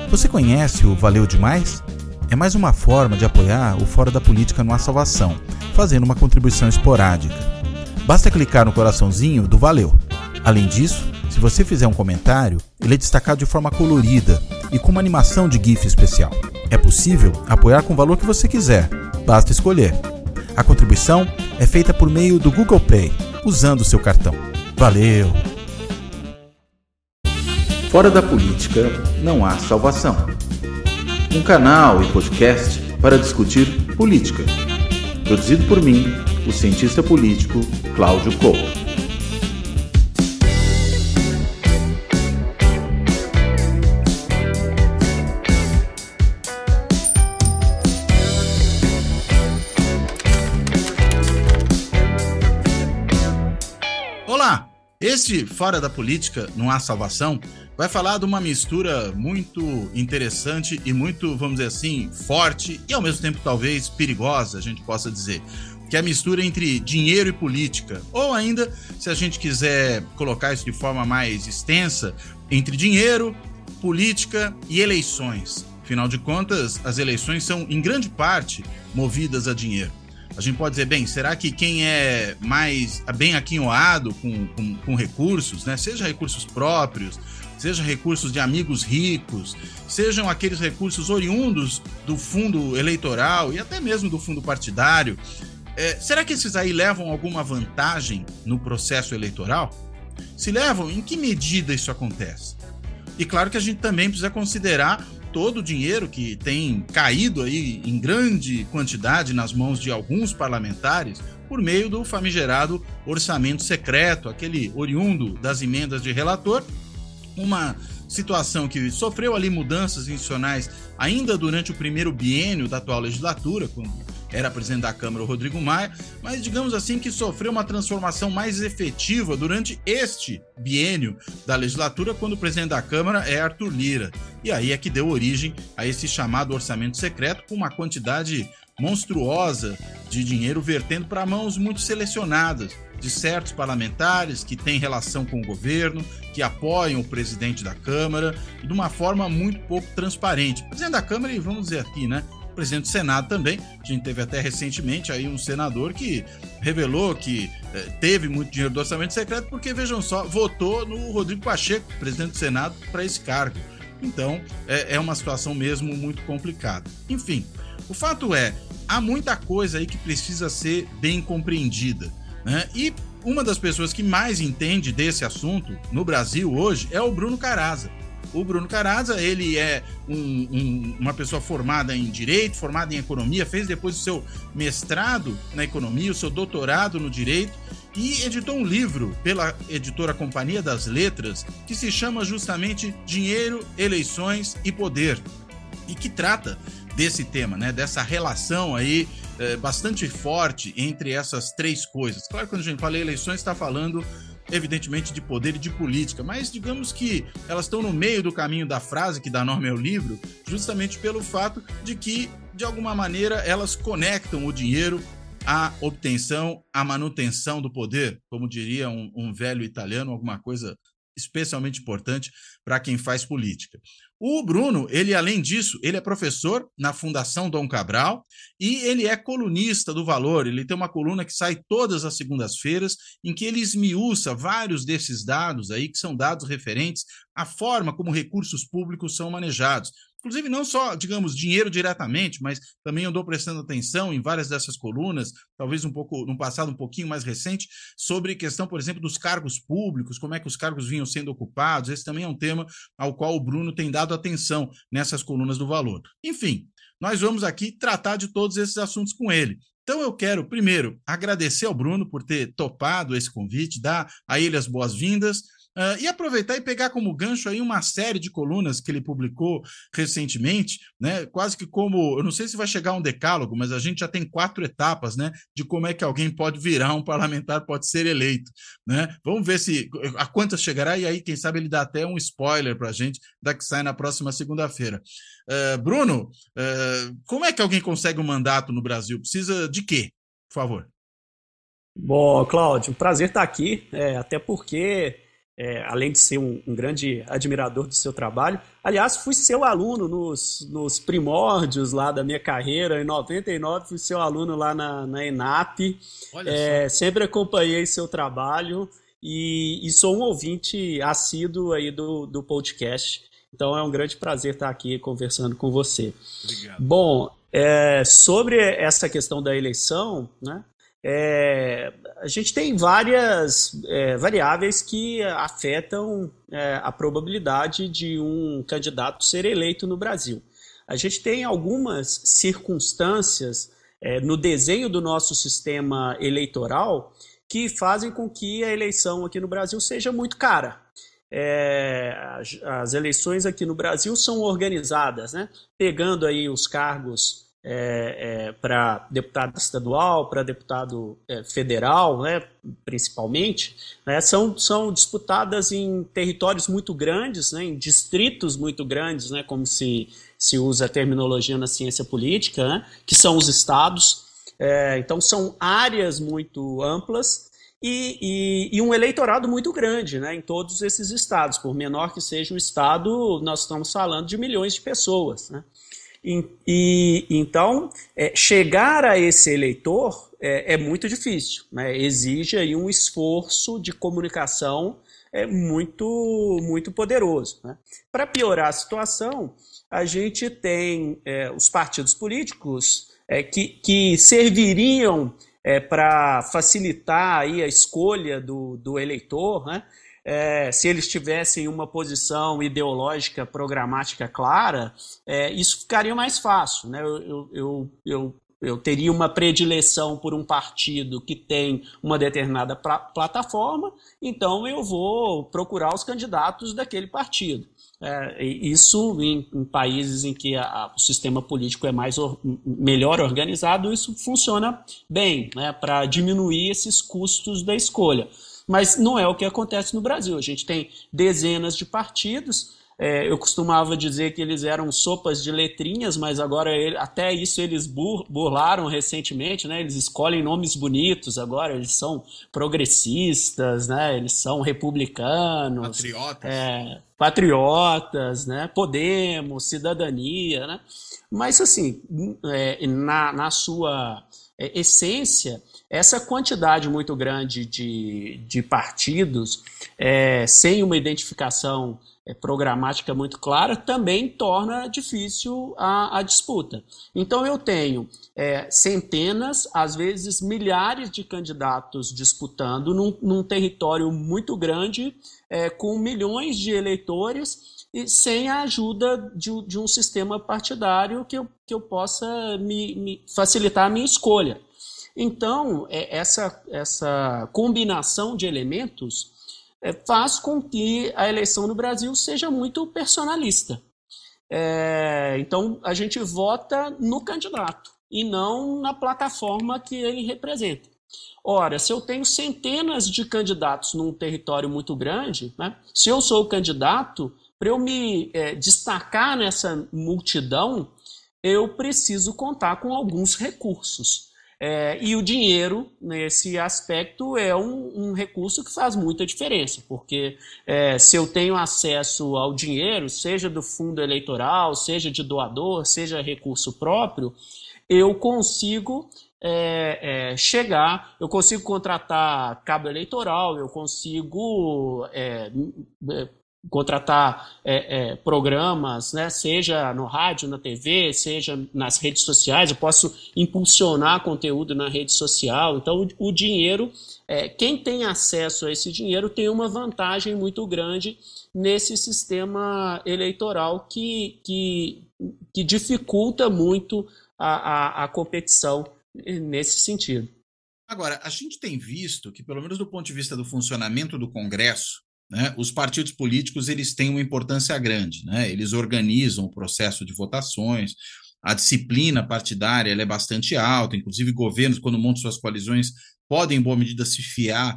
Você conhece o Valeu Demais? É mais uma forma de apoiar o Fora da Política Não Há Salvação, fazendo uma contribuição esporádica. Basta clicar no coraçãozinho do Valeu. Além disso, se você fizer um comentário, ele é destacado de forma colorida e com uma animação de GIF especial. É possível apoiar com o valor que você quiser, basta escolher. A contribuição é feita por meio do Google Pay, usando o seu cartão. Valeu! Fora da Política Não Há Salvação. Um canal e podcast para discutir política. Produzido por mim, o cientista político Cláudio Couto. Olá! Este Fora da Política Não Há Salvação vai falar de uma mistura muito interessante e muito, vamos dizer assim, forte e ao mesmo tempo talvez perigosa, a gente possa dizer, que é a mistura entre dinheiro e política, ou ainda, se a gente quiser colocar isso de forma mais extensa, entre dinheiro, política e eleições. Afinal de contas, as eleições são, em grande parte, movidas a dinheiro. A gente pode dizer, bem, será que quem é mais bem aquinhoado com recursos, né, seja recursos próprios, seja recursos de amigos ricos, sejam aqueles recursos oriundos do fundo eleitoral e até mesmo do fundo partidário, será que esses aí levam alguma vantagem no processo eleitoral? Se levam, em que medida isso acontece? E claro que a gente também precisa considerar todo o dinheiro que tem caído aí em grande quantidade nas mãos de alguns parlamentares por meio do famigerado orçamento secreto, aquele oriundo das emendas de relator, uma situação que sofreu ali mudanças institucionais ainda durante o primeiro biênio da atual legislatura, quando era presidente da Câmara o Rodrigo Maia, mas digamos assim que sofreu uma transformação mais efetiva durante este biênio da legislatura, quando o presidente da Câmara é Arthur Lira. E aí é que deu origem a esse chamado orçamento secreto, com uma quantidade monstruosa de dinheiro vertendo para mãos muito selecionadas de certos parlamentares que têm relação com o governo, que apoiam o presidente da Câmara, e de uma forma muito pouco transparente. O presidente da Câmara, e vamos dizer aqui, né? O presidente do Senado também. A gente teve até recentemente aí um senador que revelou que teve muito dinheiro do orçamento secreto porque, vejam só, votou no Rodrigo Pacheco, presidente do Senado, para esse cargo. Então, é uma situação mesmo muito complicada. Enfim, o fato é, há muita coisa aí que precisa ser bem compreendida, né? E uma das pessoas que mais entende desse assunto no Brasil hoje é o Bruno Caraza. O Bruno Caraza, ele é uma pessoa formada em Direito, formada em Economia, fez depois o seu mestrado na Economia, o seu doutorado no Direito e editou um livro pela editora Companhia das Letras que se chama justamente Dinheiro, Eleições e Poder e que trata desse tema, né, dessa relação aí bastante forte entre essas três coisas. Claro que quando a gente fala em eleições, está falando evidentemente de poder e de política, mas digamos que elas estão no meio do caminho da frase que dá nome ao livro, justamente pelo fato de que, de alguma maneira, elas conectam o dinheiro à obtenção, à manutenção do poder, como diria um velho italiano, alguma coisa especialmente importante para quem faz política. O Bruno, ele além disso, ele é professor na Fundação Dom Cabral e ele é colunista do Valor. Ele tem uma coluna que sai todas as segundas-feiras em que ele esmiuça vários desses dados aí, que são dados referentes à forma como recursos públicos são manejados. Inclusive, não só, digamos, dinheiro diretamente, mas também eu andou prestando atenção em várias dessas colunas, talvez um pouco, num passado um pouquinho mais recente, sobre questão, por exemplo, dos cargos públicos, como é que os cargos vinham sendo ocupados. Esse também é um tema ao qual o Bruno tem dado atenção nessas colunas do Valor. Enfim, nós vamos aqui tratar de todos esses assuntos com ele. Então eu quero, primeiro, agradecer ao Bruno por ter topado esse convite, dar a ele as boas-vindas, e aproveitar e pegar como gancho aí uma série de colunas que ele publicou recentemente, né? Quase que como, eu não sei se vai chegar a um decálogo, mas a gente já tem 4 etapas, né? De como é que alguém pode virar um parlamentar, pode ser eleito, né? Vamos ver a quantas chegará e aí, quem sabe, ele dá até um spoiler para a gente da que sai na próxima segunda-feira. Bruno, como é que alguém consegue um mandato no Brasil? Precisa de quê? Por favor. Bom, Cláudio, prazer estar aqui, até porque além de ser um grande admirador do seu trabalho. Aliás, fui seu aluno nos primórdios lá da minha carreira, em 99 fui seu aluno lá na ENAP. Olha só. Sempre acompanhei seu trabalho e sou um ouvinte assíduo aí do podcast. Então é um grande prazer estar aqui conversando com você. Obrigado. Bom, sobre essa questão da eleição, né? A gente tem várias variáveis que afetam a probabilidade de um candidato ser eleito no Brasil. A gente tem algumas circunstâncias no desenho do nosso sistema eleitoral que fazem com que a eleição aqui no Brasil seja muito cara. As eleições aqui no Brasil são organizadas, né? Pegando aí os cargos para deputado estadual, para deputado federal, né, principalmente, né, são disputadas em territórios muito grandes, né, em distritos muito grandes, né, como se usa a terminologia na ciência política, né, que são os estados. Então são áreas muito amplas e um eleitorado muito grande, né, em todos esses estados. Por menor que seja o estado, nós estamos falando de milhões de pessoas, né? Então, chegar a esse eleitor é muito difícil, né? Exige aí um esforço de comunicação muito, muito poderoso, né? Para piorar a situação, a gente tem os partidos políticos que serviriam para facilitar aí a escolha do eleitor, né? Se eles tivessem uma posição ideológica, programática clara, isso ficaria mais fácil, né? Eu teria uma predileção por um partido que tem uma determinada plataforma, então eu vou procurar os candidatos daquele partido. Isso em países em que o sistema político é melhor organizado, isso funciona bem, né, para diminuir esses custos da escolha. Mas não é o que acontece no Brasil. A gente tem dezenas de partidos. Eu costumava dizer que eles eram sopas de letrinhas, mas agora até isso eles burlaram recentemente, né? Eles escolhem nomes bonitos agora, eles são progressistas, né? Eles são republicanos, patriotas, né? Podemos, Cidadania, né? Mas assim, na sua essência, essa quantidade muito grande de partidos sem uma identificação programática muito clara também torna difícil a disputa. Então eu tenho centenas, às vezes milhares de candidatos disputando num território muito grande, com milhões de eleitores e sem a ajuda de um sistema partidário que eu possa me facilitar a minha escolha. Então, essa combinação de elementos faz com que a eleição no Brasil seja muito personalista. Então, a gente vota no candidato e não na plataforma que ele representa. Ora, se eu tenho centenas de candidatos num território muito grande, né, se eu sou o candidato, para eu me destacar nessa multidão, eu preciso contar com alguns recursos. E o dinheiro, nesse aspecto, é um recurso que faz muita diferença, porque se eu tenho acesso ao dinheiro, seja do fundo eleitoral, seja de doador, seja recurso próprio, eu consigo eu consigo contratar cabo eleitoral, eu consigo contratar programas, né, seja no rádio, na TV, seja nas redes sociais, eu posso impulsionar conteúdo na rede social. Então o dinheiro, quem tem acesso a esse dinheiro tem uma vantagem muito grande nesse sistema eleitoral que dificulta muito a competição nesse sentido. Agora, a gente tem visto que, pelo menos do ponto de vista do funcionamento do Congresso, né, os partidos políticos eles têm uma importância grande, né? Eles organizam o processo de votações, a disciplina partidária ela é bastante alta, inclusive governos, quando montam suas coalizões, podem, em boa medida, se fiar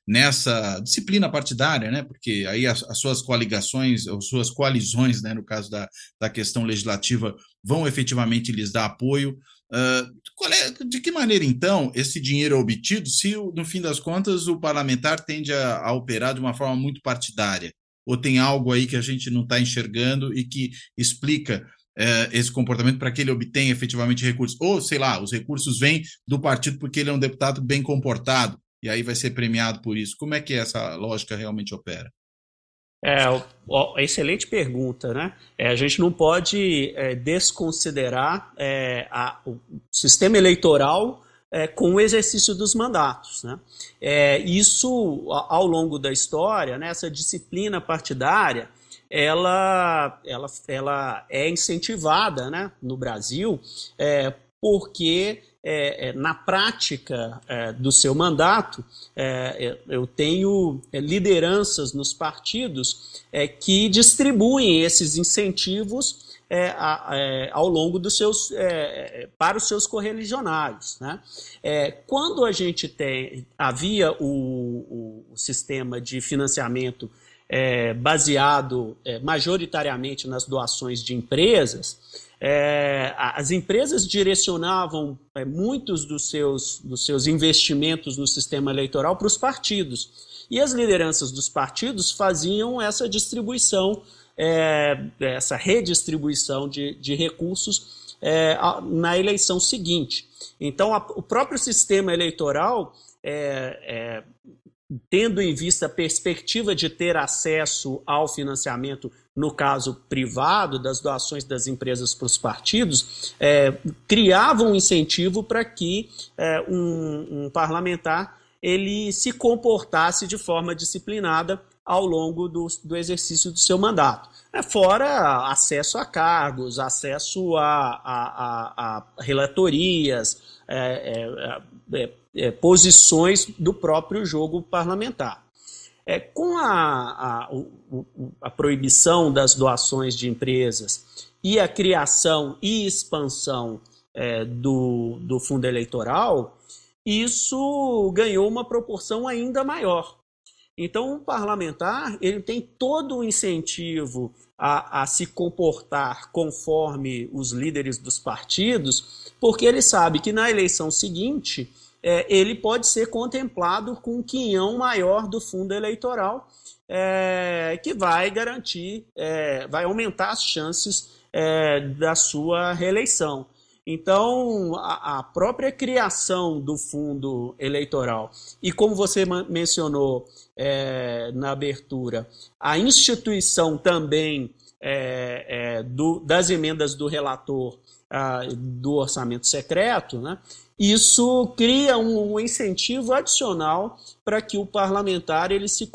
nessa disciplina partidária, né? Porque aí as suas coligações, ou suas coalizões, né, no caso da questão legislativa, vão efetivamente lhes dar apoio. De que maneira, então, esse dinheiro é obtido se, no fim das contas, o parlamentar tende a operar de uma forma muito partidária? Ou tem algo aí que a gente não está enxergando e que explica esse comportamento para que ele obtenha efetivamente recursos? Ou, sei lá, os recursos vêm do partido porque ele é um deputado bem comportado e aí vai ser premiado por isso. Como é que essa lógica realmente opera? Excelente pergunta, né? A gente não pode desconsiderar o sistema eleitoral com o exercício dos mandatos, né? Isso, ao longo da história, né, essa disciplina partidária, ela é incentivada, né, no Brasil, porque na prática do seu mandato, eu tenho lideranças nos partidos que distribuem esses incentivos ao longo dos para os seus correligionários, né? Quando a gente havia o sistema de financiamento baseado majoritariamente nas doações de empresas, as empresas direcionavam muitos dos seus investimentos no sistema eleitoral para os partidos. E as lideranças dos partidos faziam essa distribuição, essa redistribuição de recursos na eleição seguinte. Então, o próprio sistema eleitoral, tendo em vista a perspectiva de ter acesso ao financiamento, no caso privado, das doações das empresas para os partidos, criava um incentivo para que um parlamentar ele se comportasse de forma disciplinada ao longo do exercício do seu mandato. Fora acesso a cargos, acesso a relatorias, posições do próprio jogo parlamentar. Com a proibição das doações de empresas e a criação e expansão do fundo eleitoral, isso ganhou uma proporção ainda maior. Então, o parlamentar ele tem todo o incentivo a se comportar conforme os líderes dos partidos, porque ele sabe que na eleição seguinte ele pode ser contemplado com um quinhão maior do fundo eleitoral, que vai garantir, vai aumentar as chances da sua reeleição. Então, a própria criação do fundo eleitoral e, como você mencionou na abertura, a instituição também das emendas do relator do orçamento secreto, né? Isso cria um incentivo adicional para que o parlamentar ele se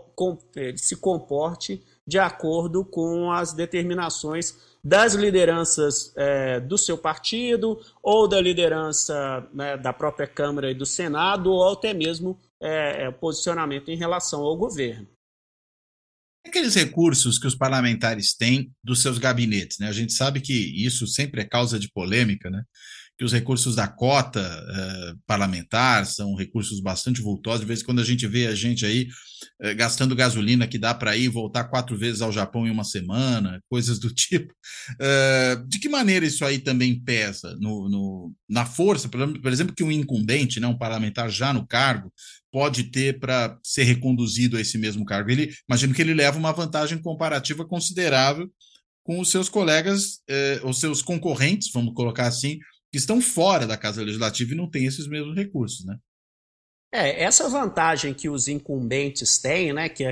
comporte de acordo com as determinações das lideranças do seu partido ou da liderança, né, da própria Câmara e do Senado, ou até mesmo posicionamento em relação ao governo. Aqueles recursos que os parlamentares têm dos seus gabinetes, né? A gente sabe que isso sempre é causa de polêmica, né? Que os recursos da cota parlamentar são recursos bastante vultosos. De vez em quando a gente vê a gente aí gastando gasolina que dá para ir e voltar 4 vezes ao Japão em uma semana, coisas do tipo. De que maneira isso aí também pesa na força, por exemplo, que um incumbente, né, um parlamentar já no cargo, pode ter para ser reconduzido a esse mesmo cargo? Imagino que ele leva uma vantagem comparativa considerável com os seus colegas, os seus concorrentes, vamos colocar assim, que estão fora da Casa Legislativa e não têm esses mesmos recursos, né? Essa vantagem que os incumbentes têm, né, que é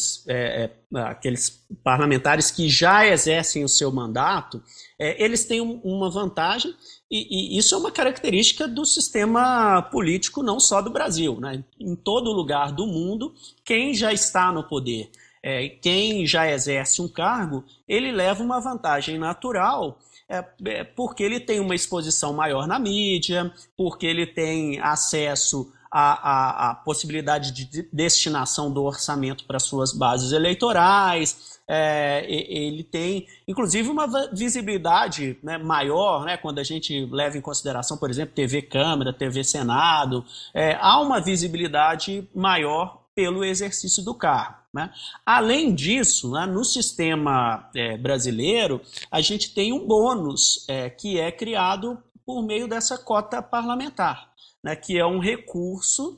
aqueles parlamentares que já exercem o seu mandato, eles têm uma vantagem e isso é uma característica do sistema político não só do Brasil, né? Em todo lugar do mundo, quem já está no poder, quem já exerce um cargo, ele leva uma vantagem natural, porque ele tem uma exposição maior na mídia, porque ele tem acesso a possibilidade de destinação do orçamento para suas bases eleitorais. Ele tem, inclusive, uma visibilidade, né, maior, né, quando a gente leva em consideração, por exemplo, TV Câmara, TV Senado. Há uma visibilidade maior pelo exercício do cargo, né? Além disso, né, no sistema brasileiro, a gente tem um bônus que é criado por meio dessa cota parlamentar, né, que é um recurso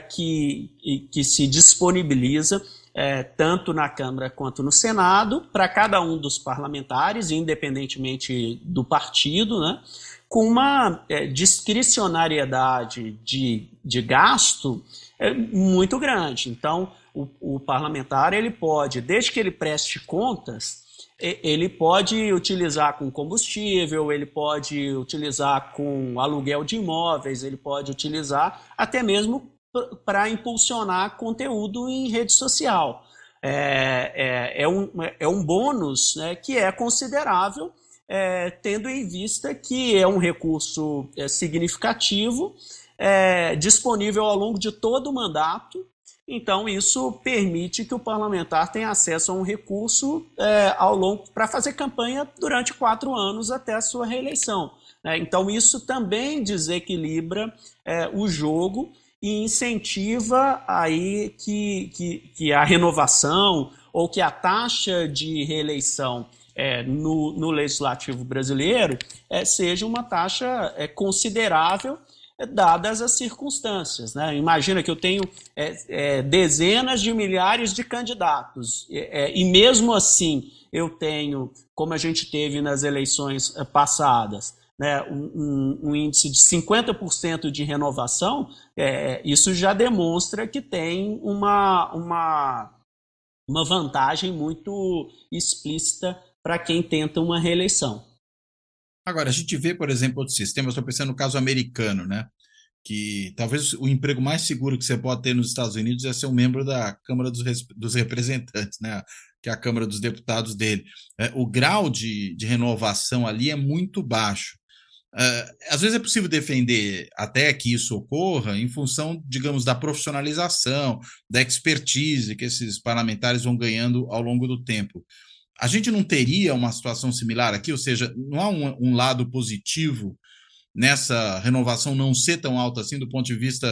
que se disponibiliza tanto na Câmara quanto no Senado, para cada um dos parlamentares, independentemente do partido, né, com uma discricionariedade de gasto muito grande. Então, o parlamentar, ele pode, desde que ele preste contas, ele pode utilizar com combustível, ele pode utilizar com aluguel de imóveis, ele pode utilizar até mesmo para impulsionar conteúdo em rede social. É um bônus, né, que é considerável, tendo em vista que é um recurso significativo, disponível ao longo de todo o mandato. Então, isso permite que o parlamentar tenha acesso a um recurso para fazer campanha durante 4 anos até a sua reeleição. Então, isso também desequilibra o jogo e incentiva aí que a renovação ou que a taxa de reeleição no legislativo brasileiro seja uma taxa considerável, dadas as circunstâncias, né? Imagina que eu tenho dezenas de milhares de candidatos e mesmo assim eu tenho, como a gente teve nas eleições passadas, né, um índice de 50% de renovação. Isso já demonstra que tem uma vantagem muito explícita para quem tenta uma reeleição. Agora, a gente vê, por exemplo, outros sistemas, estou pensando no caso americano, né? Que talvez o emprego mais seguro que você pode ter nos Estados Unidos é ser um membro da Câmara dos Representantes, né? Que é a Câmara dos Deputados dele. O grau de renovação ali é muito baixo. Às vezes é possível defender até que isso ocorra em função, digamos, da profissionalização, da expertise que esses parlamentares vão ganhando ao longo do tempo. A gente não teria uma situação similar aqui? Ou seja, não há um lado positivo nessa renovação não ser tão alta assim do ponto de vista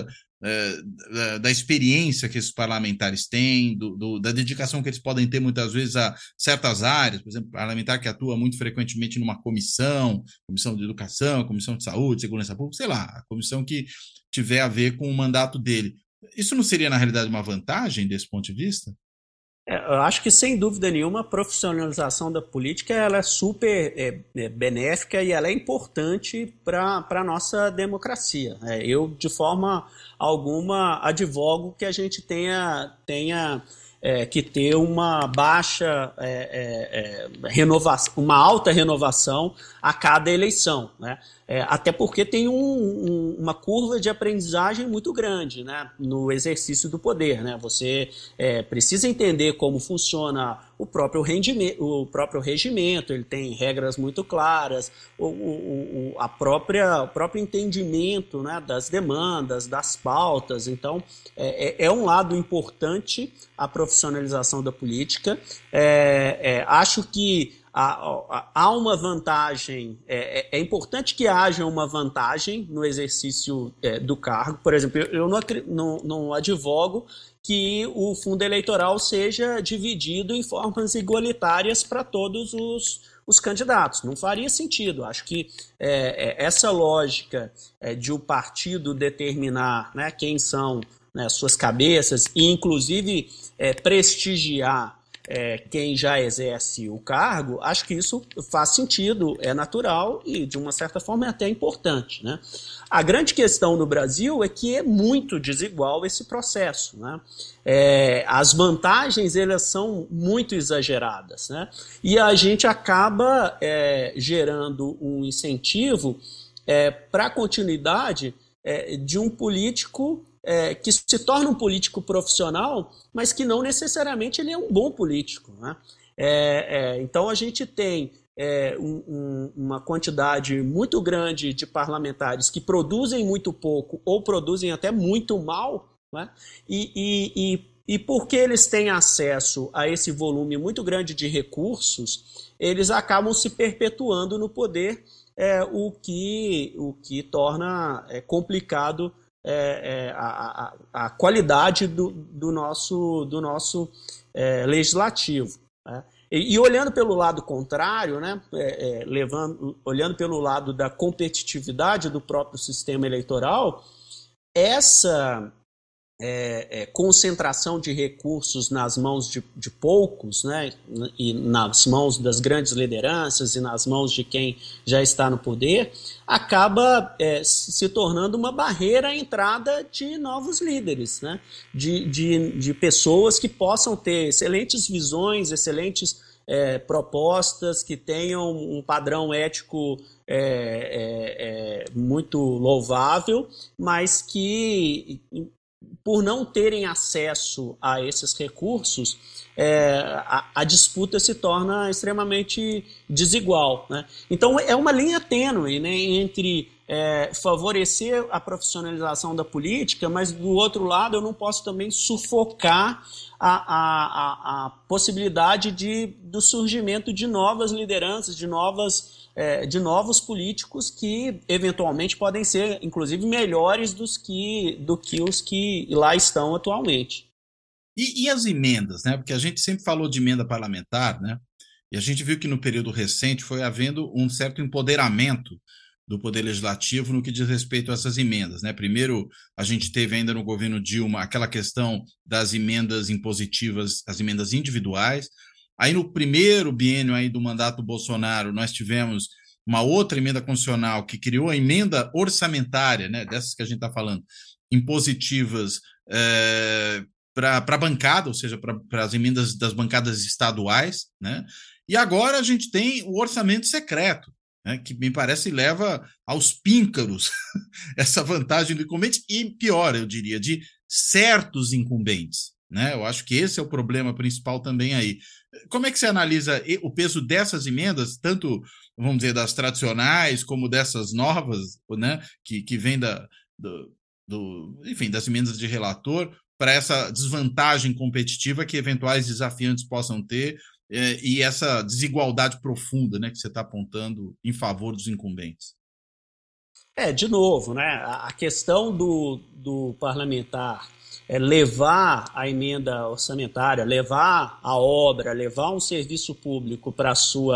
da experiência que esses parlamentares têm, da dedicação que eles podem ter muitas vezes a certas áreas, por exemplo, parlamentar que atua muito frequentemente numa comissão de educação, comissão de saúde, segurança pública, sei lá, a comissão que tiver a ver com o mandato dele. Isso não seria, na realidade, uma vantagem desse ponto de vista? Eu acho que, sem dúvida nenhuma, a profissionalização da política ela é super benéfica e ela é importante para a nossa democracia. Eu, de forma alguma, advogo que a gente tenha que ter uma baixa renovação, uma alta renovação a cada eleição, né? Até porque tem uma curva de aprendizagem muito grande, né, no exercício do poder, né? Você precisa entender como funciona o próprio regimento, ele tem regras muito claras, o próprio entendimento, né, das demandas, das pautas. Então, é um lado importante a profissionalização da política. Acho que há uma vantagem, é importante que haja uma vantagem no exercício do cargo. Por exemplo, eu não advogo que o fundo eleitoral seja dividido em formas igualitárias para todos os candidatos. Não faria sentido. Acho que essa lógica de o partido determinar, né, quem são, né, suas cabeças e, inclusive, prestigiar quem já exerce o cargo, acho que isso faz sentido, é natural e, de uma certa forma, é até importante, né? A grande questão no Brasil é que é muito desigual esse processo, né? As vantagens, elas são muito exageradas, né? E a gente acaba gerando um incentivo para a continuidade de um político que se torna um político profissional, mas que não necessariamente ele é um bom político, né? Então a gente tem uma quantidade muito grande de parlamentares que produzem muito pouco ou produzem até muito mal, né? E porque eles têm acesso a esse volume muito grande de recursos, eles acabam se perpetuando no poder, o que torna complicado a qualidade do nosso legislativo, né? E olhando pelo lado contrário, né, olhando pelo lado da competitividade do próprio sistema eleitoral, essa concentração de recursos nas mãos de poucos, né, e nas mãos das grandes lideranças e nas mãos de quem já está no poder, acaba se tornando uma barreira à entrada de novos líderes, né, de pessoas que possam ter excelentes visões, excelentes propostas, que tenham um padrão ético muito louvável, mas que, por não terem acesso a esses recursos, a disputa se torna extremamente desigual, né? Então é uma linha tênue, né, entre favorecer a profissionalização da política, mas do outro lado eu não posso também sufocar a possibilidade do surgimento de novas lideranças, de novos políticos que eventualmente podem ser, inclusive, melhores do que os que lá estão atualmente. E as emendas, né? Porque a gente sempre falou de emenda parlamentar, né? E a gente viu que no período recente foi havendo um certo empoderamento do Poder Legislativo no que diz respeito a essas emendas, né? Primeiro, a gente teve ainda no governo Dilma aquela questão das emendas impositivas, as emendas individuais. Aí no primeiro biênio aí do mandato do Bolsonaro, nós tivemos uma outra emenda constitucional que criou a emenda orçamentária, né? Dessas que a gente está falando, impositivas para a bancada, ou seja, para as emendas das bancadas estaduais, né? E agora a gente tem o orçamento secreto, né, que me parece leva aos píncaros essa vantagem do incumbente e, pior, eu diria, de certos incumbentes, né? Eu acho que esse é o problema principal também aí. Como é que você analisa o peso dessas emendas, tanto, vamos dizer, das tradicionais como dessas novas, né, que vêm enfim, das emendas de relator, para essa desvantagem competitiva que eventuais desafiantes possam ter, e essa desigualdade profunda, né, que você está apontando em favor dos incumbentes? De novo, né, a questão do parlamentar levar a emenda orçamentária, levar a obra, levar um serviço público para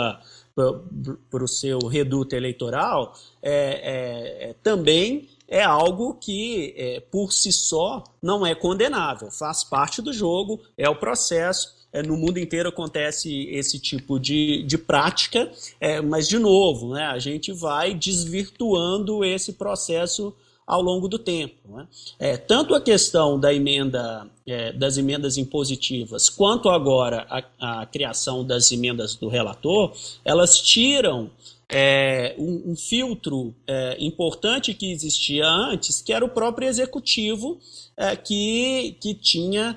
o seu reduto eleitoral, também é algo que, por si só, não é condenável. Faz parte do jogo, é o processo. No mundo inteiro acontece esse tipo de prática, mas, de novo, né, a gente vai desvirtuando esse processo ao longo do tempo, né? Tanto a questão da das emendas impositivas, quanto agora a criação das emendas do relator, elas tiram um filtro importante que existia antes, que era o próprio executivo, que tinha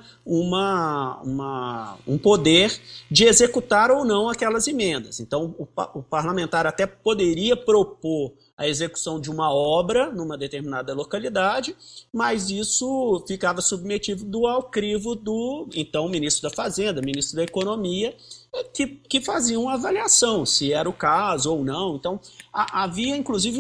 um poder de executar ou não aquelas emendas. Então, o parlamentar até poderia propor a execução de uma obra numa determinada localidade, mas isso ficava submetido ao crivo do, então, ministro da Fazenda, ministro da Economia, que faziam uma avaliação, se era o caso ou não. Então, havia, inclusive,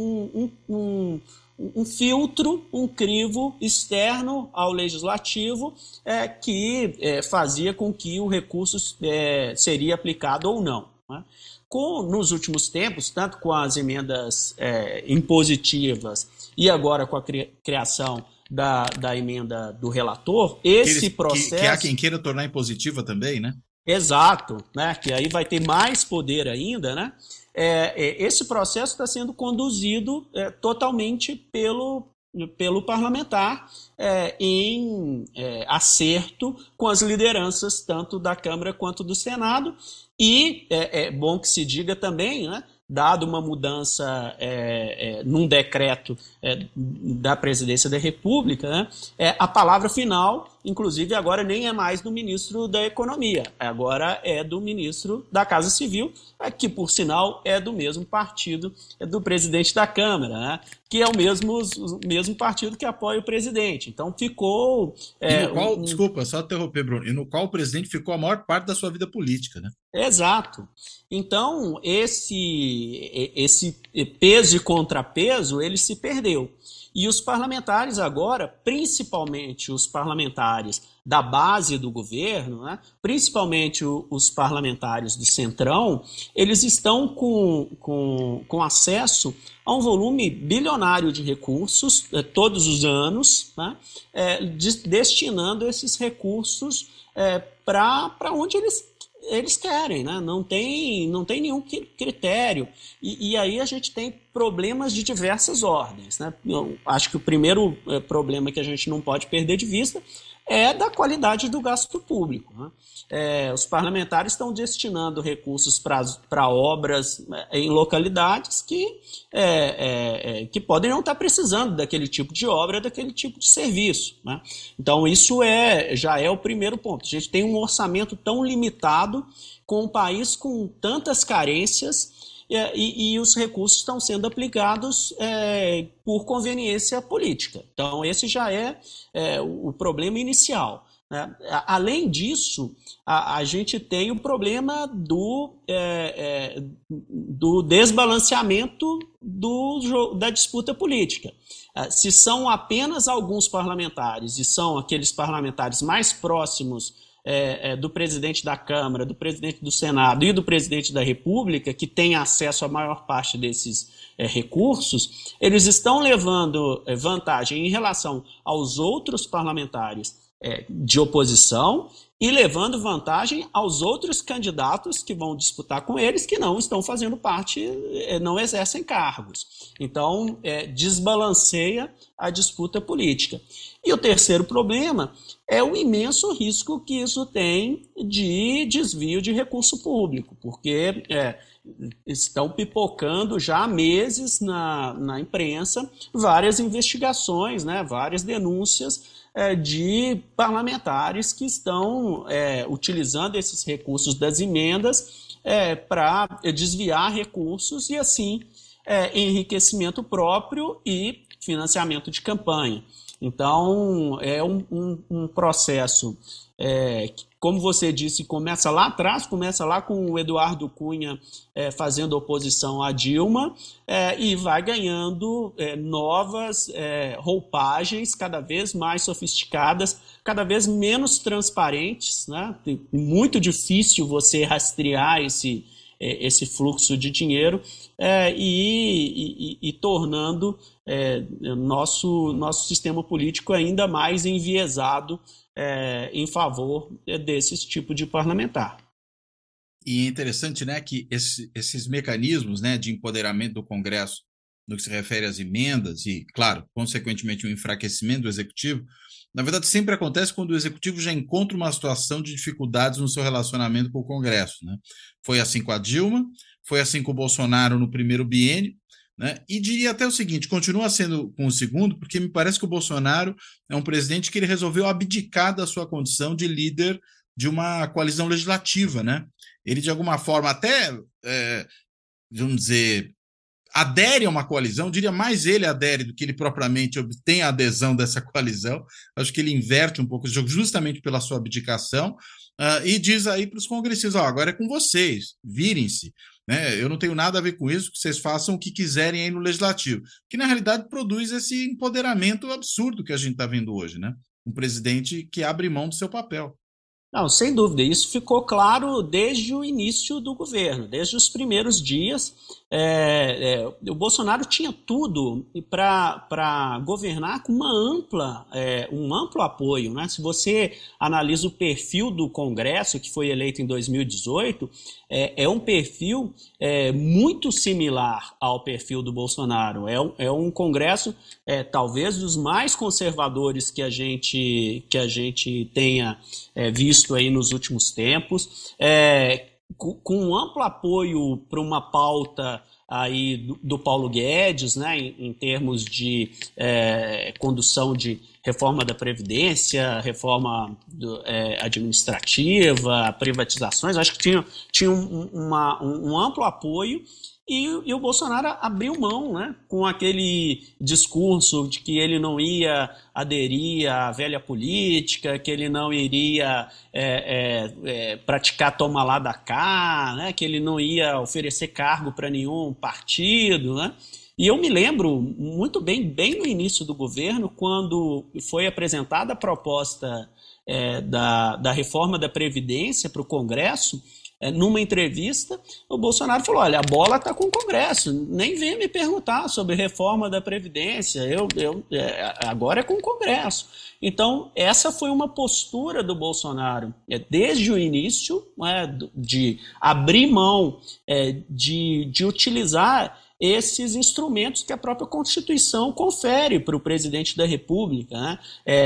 um filtro, um crivo externo ao legislativo que fazia com que o recurso seria aplicado ou não, né? Nos últimos tempos, tanto com as emendas impositivas e agora com a criação da emenda do relator, esse processo... Que há quem queira tornar impositiva também, né? Exato, né? Que aí vai ter mais poder ainda, né? Esse processo está sendo conduzido totalmente pelo parlamentar, em acerto com as lideranças tanto da Câmara quanto do Senado, e é bom que se diga também, né, dado uma mudança num decreto da Presidência da República, né, a palavra final inclusive agora nem é mais do ministro da Economia, agora é do ministro da Casa Civil, que por sinal é do mesmo partido do presidente da Câmara, né? Que é o mesmo partido que apoia o presidente. Então ficou... E no qual, desculpa, só interromper, Bruno, e no qual o presidente ficou a maior parte da sua vida política, né? Exato. Então, esse peso e contrapeso, ele se perdeu. E os parlamentares agora, principalmente os parlamentares da base do governo, né, principalmente os parlamentares do Centrão, eles estão com acesso a um volume bilionário de recursos todos os anos, né, destinando esses recursos para onde eles querem, né? Não tem nenhum critério. E aí a gente tem problemas de diversas ordens, né? Eu acho que o primeiro problema que a gente não pode perder de vista é da qualidade do gasto público, né? Os parlamentares estão destinando recursos para obras em localidades que podem não estar precisando daquele tipo de obra, daquele tipo de serviço, né? Então isso já é o primeiro ponto. A gente tem um orçamento tão limitado, com um país com tantas carências, e os recursos estão sendo aplicados por conveniência política. Então esse já é o problema inicial, né? Além disso, a gente tem o problema do desbalanceamento da disputa política. Se são apenas alguns parlamentares, e são aqueles parlamentares mais próximos do presidente da Câmara, do presidente do Senado e do presidente da República, que têm acesso à maior parte desses recursos, eles estão levando vantagem em relação aos outros parlamentares de oposição e levando vantagem aos outros candidatos que vão disputar com eles, que não estão fazendo parte, não exercem cargos. Então, desbalanceia a disputa política. E o terceiro problema é o imenso risco que isso tem de desvio de recurso público, porque estão pipocando já há meses na imprensa várias investigações, né, várias denúncias de parlamentares que estão utilizando esses recursos das emendas para desviar recursos e, assim, enriquecimento próprio e financiamento de campanha. Então, é um processo que, como você disse, começa lá atrás, começa lá com o Eduardo Cunha fazendo oposição a Dilma e vai ganhando novas roupagens cada vez mais sofisticadas, cada vez menos transparentes, né? Muito difícil você rastrear esse fluxo de dinheiro e tornando nosso sistema político ainda mais enviesado em favor desse tipo de parlamentar. E é interessante, né, que esses mecanismos, né, de empoderamento do Congresso no que se refere às emendas e, claro, consequentemente, o enfraquecimento do Executivo, na verdade, sempre acontece quando o Executivo já encontra uma situação de dificuldades no seu relacionamento com o Congresso, né? Foi assim com a Dilma, foi assim com o Bolsonaro no primeiro biênio, né? E diria até o seguinte, continua sendo com o segundo, porque me parece que o Bolsonaro é um presidente que ele resolveu abdicar da sua condição de líder de uma coalizão legislativa, né? Ele, de alguma forma, até, vamos dizer, adere a uma coalizão, diria mais ele adere do que ele propriamente obtém a adesão dessa coalizão. Acho que ele inverte um pouco o jogo justamente pela sua abdicação e diz aí para os congressistas, agora é com vocês, virem-se, né? Eu não tenho nada a ver com isso, que vocês façam o que quiserem aí no legislativo, que na realidade produz esse empoderamento absurdo que a gente está vendo hoje, né? Um presidente que abre mão do seu papel. Não, sem dúvida, isso ficou claro desde o início do governo, desde os primeiros dias. O Bolsonaro tinha tudo para governar com um amplo apoio, né? Se você analisa o perfil do Congresso, que foi eleito em 2018, é um perfil muito similar ao perfil do Bolsonaro. É um Congresso, talvez, dos mais conservadores que a gente tenha visto aí nos últimos tempos, com um amplo apoio para uma pauta aí do Paulo Guedes, né, em termos de condução de reforma da Previdência, reforma administrativa, privatizações. Acho que tinha um amplo apoio. E o Bolsonaro abriu mão, né, com aquele discurso de que ele não ia aderir à velha política, que ele não iria praticar toma lá da cá, né, que ele não ia oferecer cargo para nenhum partido, né? E eu me lembro muito bem no início do governo, quando foi apresentada a proposta da reforma da Previdência para o Congresso. Numa entrevista, o Bolsonaro falou: olha, a bola está com o Congresso, nem venha me perguntar sobre reforma da Previdência, agora é com o Congresso. Então, essa foi uma postura do Bolsonaro, desde o início, de abrir mão de utilizar esses instrumentos que a própria Constituição confere para o presidente da República, né?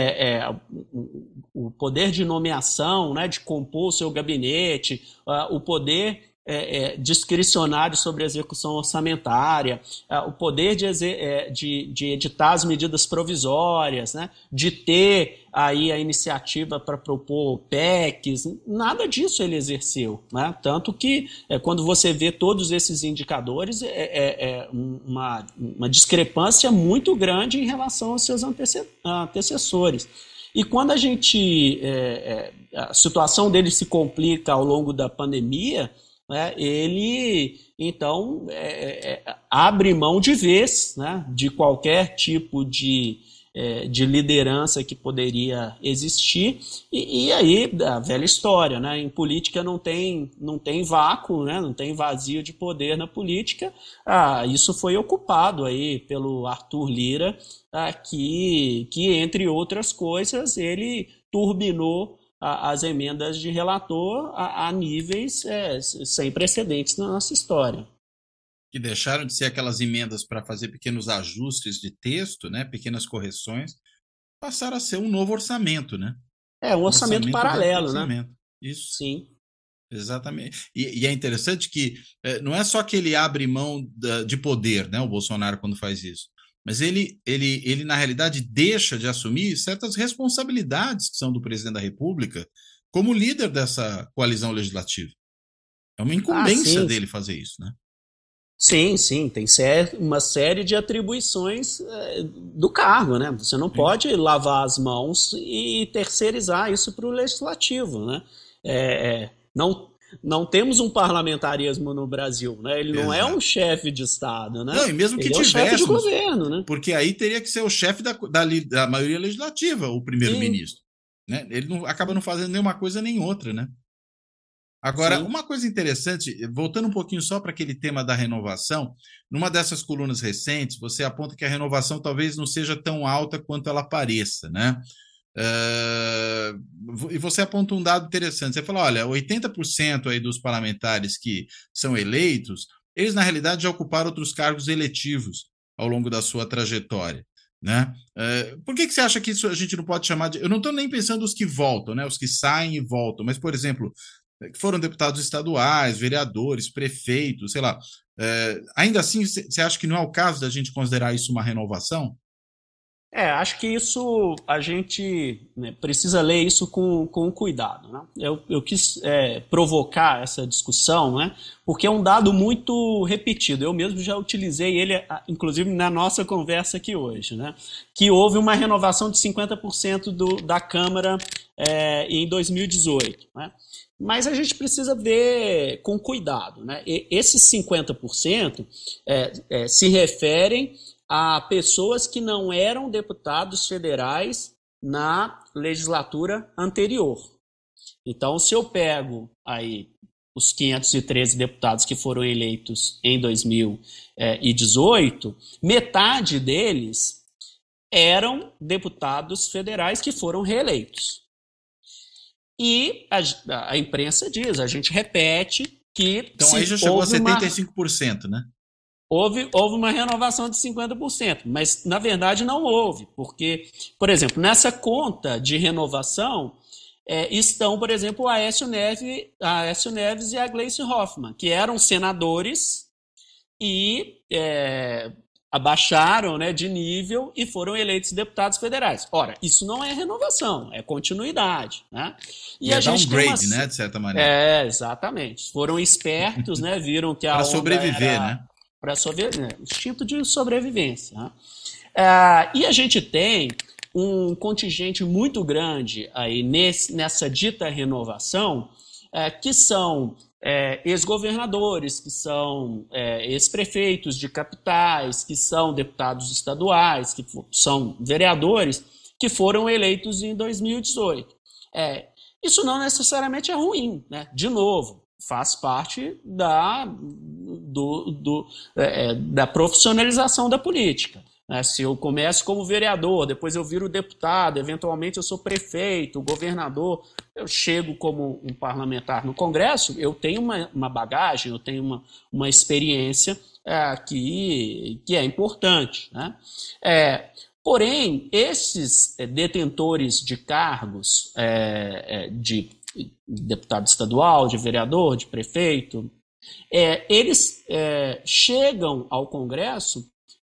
O poder de nomeação, né, de compor o seu gabinete, o poder discricionário sobre a execução orçamentária, o poder de editar as medidas provisórias, né, de ter aí a iniciativa para propor PECs, nada disso ele exerceu, né? Tanto que quando você vê todos esses indicadores, uma discrepância muito grande em relação aos seus antecessores. E quando a situação dele se complica ao longo da pandemia, ele, então, abre mão de vez, né, de qualquer tipo de liderança que poderia existir, e aí, a velha história, né, em política não tem vácuo, né, não tem vazio de poder na política. Isso foi ocupado aí pelo Arthur Lira, que, entre outras coisas, ele turbinou as emendas de relator a níveis sem precedentes na nossa história. Que deixaram de ser aquelas emendas para fazer pequenos ajustes de texto, né, pequenas correções, passaram a ser um novo orçamento, né? Um orçamento paralelo, né? Isso. Sim. Exatamente. E é interessante que não é só que ele abre mão de poder, né, o Bolsonaro, quando faz isso, mas ele, na realidade, deixa de assumir certas responsabilidades que são do presidente da República como líder dessa coalizão legislativa. É uma incumbência dele fazer isso, né? Sim, tem uma série de atribuições do cargo, né? Você não pode lavar as mãos e terceirizar isso para o legislativo, né? Não temos um parlamentarismo no Brasil, né? Ele não é um chefe de Estado, né? Não, e mesmo que ele tivesse, é o chefe de governo, né? Porque aí teria que ser o chefe da maioria legislativa, o primeiro-ministro, né? Ele acaba não fazendo nenhuma coisa nem outra, né? Agora, uma coisa interessante, voltando um pouquinho só para aquele tema da renovação, numa dessas colunas recentes, você aponta que a renovação talvez não seja tão alta quanto ela pareça, né? E você aponta um dado interessante, você fala, olha, 80% aí dos parlamentares que são eleitos, eles na realidade já ocuparam outros cargos eletivos ao longo da sua trajetória, né? Por que você acha que isso a gente não pode chamar de... Eu não estou nem pensando os que voltam, né? Os que saem e voltam, mas, por exemplo, que foram deputados estaduais, vereadores, prefeitos, sei lá. Ainda assim, você acha que não é o caso da gente considerar isso uma renovação? Acho que isso a gente precisa ler isso com cuidado, né? Eu quis provocar essa discussão, né? Porque é um dado muito repetido. Eu mesmo já utilizei ele, inclusive, na nossa conversa aqui hoje, né? Que houve uma renovação de 50% da Câmara em 2018, né? Mas a gente precisa ver com cuidado, né? Esses 50% se referem a pessoas que não eram deputados federais na legislatura anterior. Então, se eu pego aí os 513 deputados que foram eleitos em 2018, metade deles eram deputados federais que foram reeleitos. E a imprensa diz, a gente repete que... Então aí já chegou a 75%, né? Houve uma renovação de 50%, mas na verdade não houve, porque, por exemplo, nessa conta de renovação estão, por exemplo, a Aécio Neves e a Gleice Hoffmann, que eram senadores e abaixaram, né, de nível e foram eleitos deputados federais. Ora, isso não é renovação, é continuidade, né? E a gente downgrade, né, de certa maneira. Exatamente. Foram espertos, né, viram que a para onda sobreviver, era... né? Para sobreviver, instinto de sobrevivência, né? E a gente tem um contingente muito grande aí nessa dita renovação, que são ex-governadores, que são ex-prefeitos de capitais, que são deputados estaduais, que são vereadores, que foram eleitos em 2018. Isso não necessariamente é ruim, né? De novo, faz parte da profissionalização da política. Se eu começo como vereador, depois eu viro deputado, eventualmente eu sou prefeito, governador, eu chego como um parlamentar no Congresso, eu tenho uma bagagem, eu tenho uma experiência que é importante, né? Porém, esses detentores de cargos de deputado estadual, de vereador, de prefeito, eles chegam ao Congresso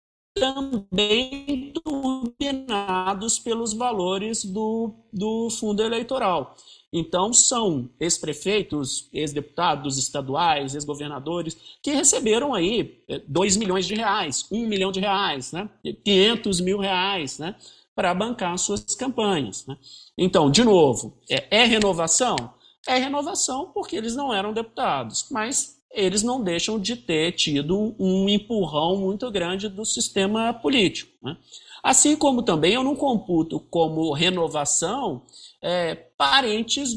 também turbinados pelos valores do fundo eleitoral. Então, são ex-prefeitos, ex-deputados estaduais, ex-governadores, que receberam aí 2 milhões de reais, 1 milhão de reais, né? 500 mil reais, né? Para bancar suas campanhas, né? Então, de novo, é renovação? É renovação porque eles não eram deputados, mas eles não deixam de ter tido um empurrão muito grande do sistema político, né? Assim como também eu não computo como renovação parentes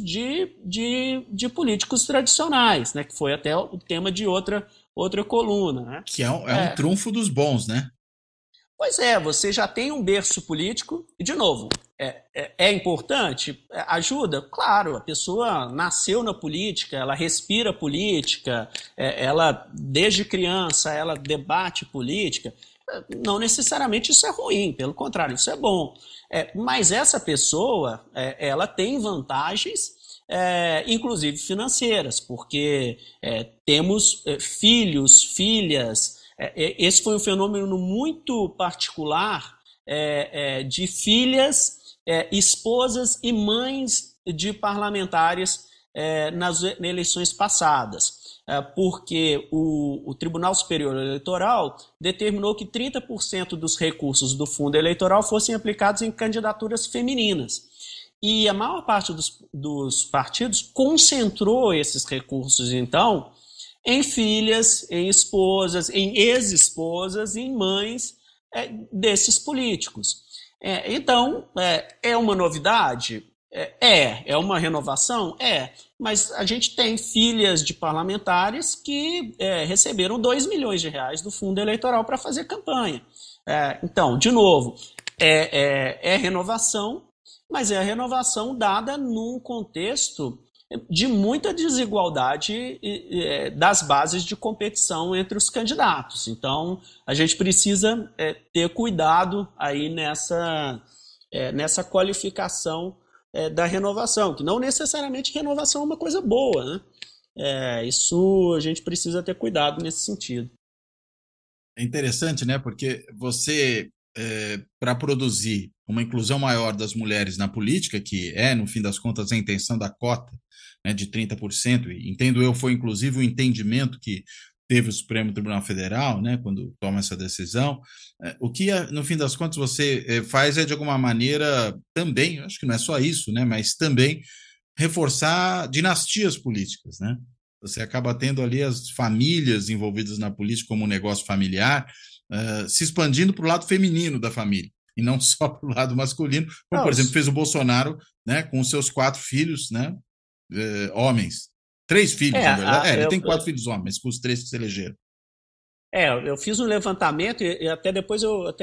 de políticos tradicionais, né? Que foi até o tema de outra coluna, né? Que é um trunfo dos bons, né? Pois você já tem um berço político, e de novo, é importante? Ajuda? Claro, a pessoa nasceu na política, ela respira política, ela, desde criança, ela debate política. Não necessariamente isso é ruim, pelo contrário, isso é bom. Mas essa pessoa, ela tem vantagens, inclusive financeiras, porque temos filhos, filhas. Esse foi um fenômeno muito particular de filhas, esposas e mães de parlamentares nas eleições passadas, porque o Tribunal Superior Eleitoral determinou que 30% dos recursos do fundo eleitoral fossem aplicados em candidaturas femininas. E a maior parte dos partidos concentrou esses recursos, então, em filhas, em esposas, em ex-esposas, em mães desses políticos. Então, é uma novidade? É uma renovação? Mas a gente tem filhas de parlamentares que receberam 2 milhões de reais do fundo eleitoral para fazer campanha. Então, de novo, é renovação, mas é a renovação dada num contexto de muita desigualdade das bases de competição entre os candidatos. Então, a gente precisa ter cuidado aí nessa qualificação da renovação, que não necessariamente renovação é uma coisa boa, né? Isso a gente precisa ter cuidado nesse sentido. É interessante, né? Porque você, para produzir uma inclusão maior das mulheres na política, que no fim das contas, a intenção da cota, né, de 30%, e entendo eu, foi inclusive o entendimento que teve o Supremo Tribunal Federal, né, quando toma essa decisão. O que, no fim das contas, você faz de alguma maneira, também, acho que não é só isso, né, mas também reforçar dinastias políticas, né? Você acaba tendo ali as famílias envolvidas na política como um negócio familiar, se expandindo para o lado feminino da família, e não só para o lado masculino, como, por exemplo, fez o Bolsonaro, né, com os seus 4 filhos, né, homens. 3 filhos, na verdade. Ele tem 4 filhos homens, com os 3 que se elegeram. Eu fiz um levantamento e até depois eu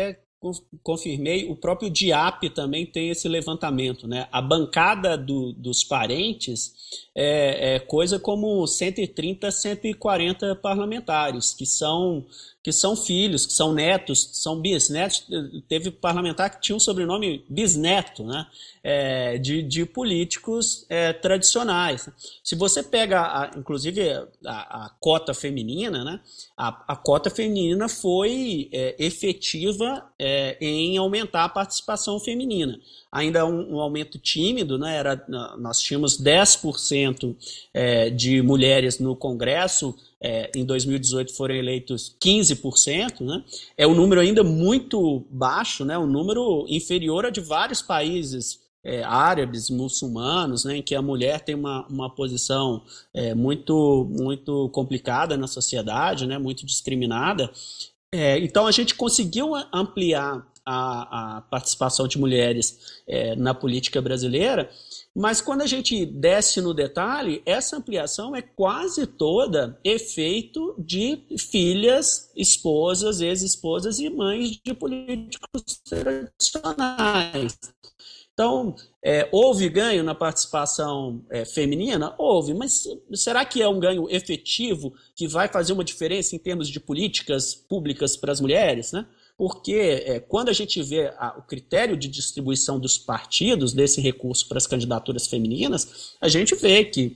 confirmei, o próprio DIAP também tem esse levantamento, né? A bancada dos parentes é coisa como 130, 140 parlamentares, que são filhos, que são netos, são bisnetos. Teve parlamentar que tinha um sobrenome bisneto, né? De políticos tradicionais. Se você pega, inclusive, a cota feminina, né? A cota feminina foi efetiva em aumentar a participação feminina. Ainda um aumento tímido, né? Nós tínhamos 10% de mulheres no Congresso, em 2018 foram eleitos 15%, né? É um número ainda muito baixo, né? Um número inferior a de vários países árabes, muçulmanos, né? Em que a mulher tem uma posição muito, muito complicada na sociedade, né? Muito discriminada. Então a gente conseguiu ampliar a participação de mulheres na política brasileira, mas quando a gente desce no detalhe, essa ampliação é quase toda efeito de filhas, esposas, ex-esposas e mães de políticos tradicionais. Então, houve ganho na participação feminina? Houve, mas será que é um ganho efetivo que vai fazer uma diferença em termos de políticas públicas para as mulheres, né? Porque quando a gente vê o critério de distribuição dos partidos desse recurso para as candidaturas femininas, a gente vê que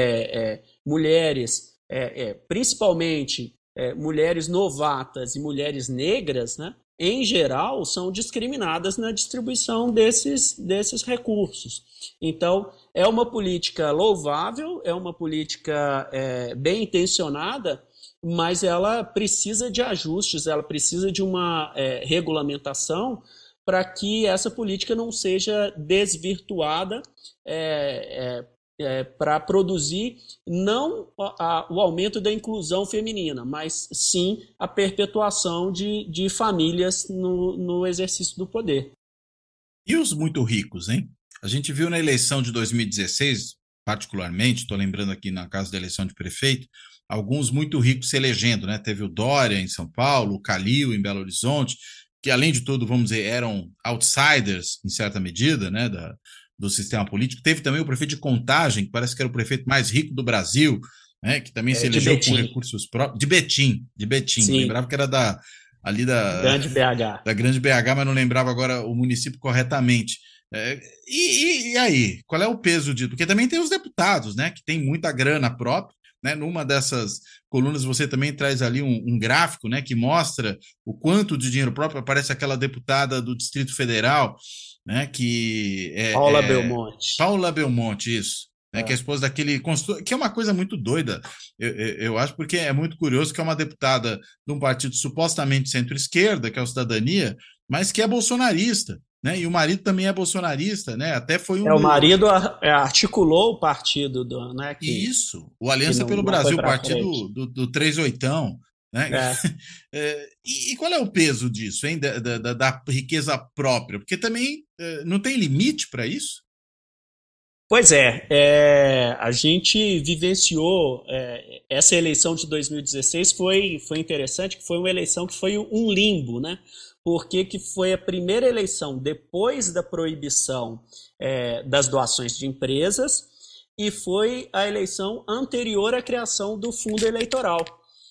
mulheres, principalmente mulheres novatas e mulheres negras, né, em geral, são discriminadas na distribuição desses recursos. Então, é uma política louvável, é uma política bem intencionada, mas ela precisa de ajustes, ela precisa de uma regulamentação para que essa política não seja desvirtuada para produzir não o aumento da inclusão feminina, mas sim a perpetuação de famílias no exercício do poder. E os muito ricos, hein? A gente viu na eleição de 2016, particularmente, estou lembrando aqui na casa da eleição de prefeito, alguns muito ricos se elegendo, né? Teve o Dória em São Paulo, o Calil em Belo Horizonte, que além de tudo, vamos dizer, eram outsiders, em certa medida, né, do sistema político. Teve também o prefeito de Contagem, que parece que era o prefeito mais rico do Brasil, né, que também se elegeu com recursos próprios. De Betim. Sim. Lembrava que era da Grande BH. Da Grande BH, mas não lembrava agora o município corretamente. E aí, qual é o peso disso? Porque também tem os deputados, né, que tem muita grana própria, né? Numa dessas colunas você também traz ali um gráfico, né, que mostra o quanto de dinheiro próprio. Aparece aquela deputada do Distrito Federal, né, que Paula Belmonte. Paula Belmonte, isso, né, que é a esposa daquele construtor, que é uma coisa muito doida, eu acho, porque é muito curioso que é uma deputada de um partido supostamente centro-esquerda, que é o Cidadania, mas que é bolsonarista, né? E o marido também é bolsonarista, né? Até foi o marido articulou o partido né? Isso, o Aliança pelo Brasil, o partido do 38, né? E qual é o peso disso, hein? Da riqueza própria? Porque também não tem limite para isso? Pois a gente vivenciou essa eleição de 2016 foi interessante, que foi uma eleição que foi um limbo, né? Porque que foi a primeira eleição depois da proibição das doações de empresas e foi a eleição anterior à criação do fundo eleitoral.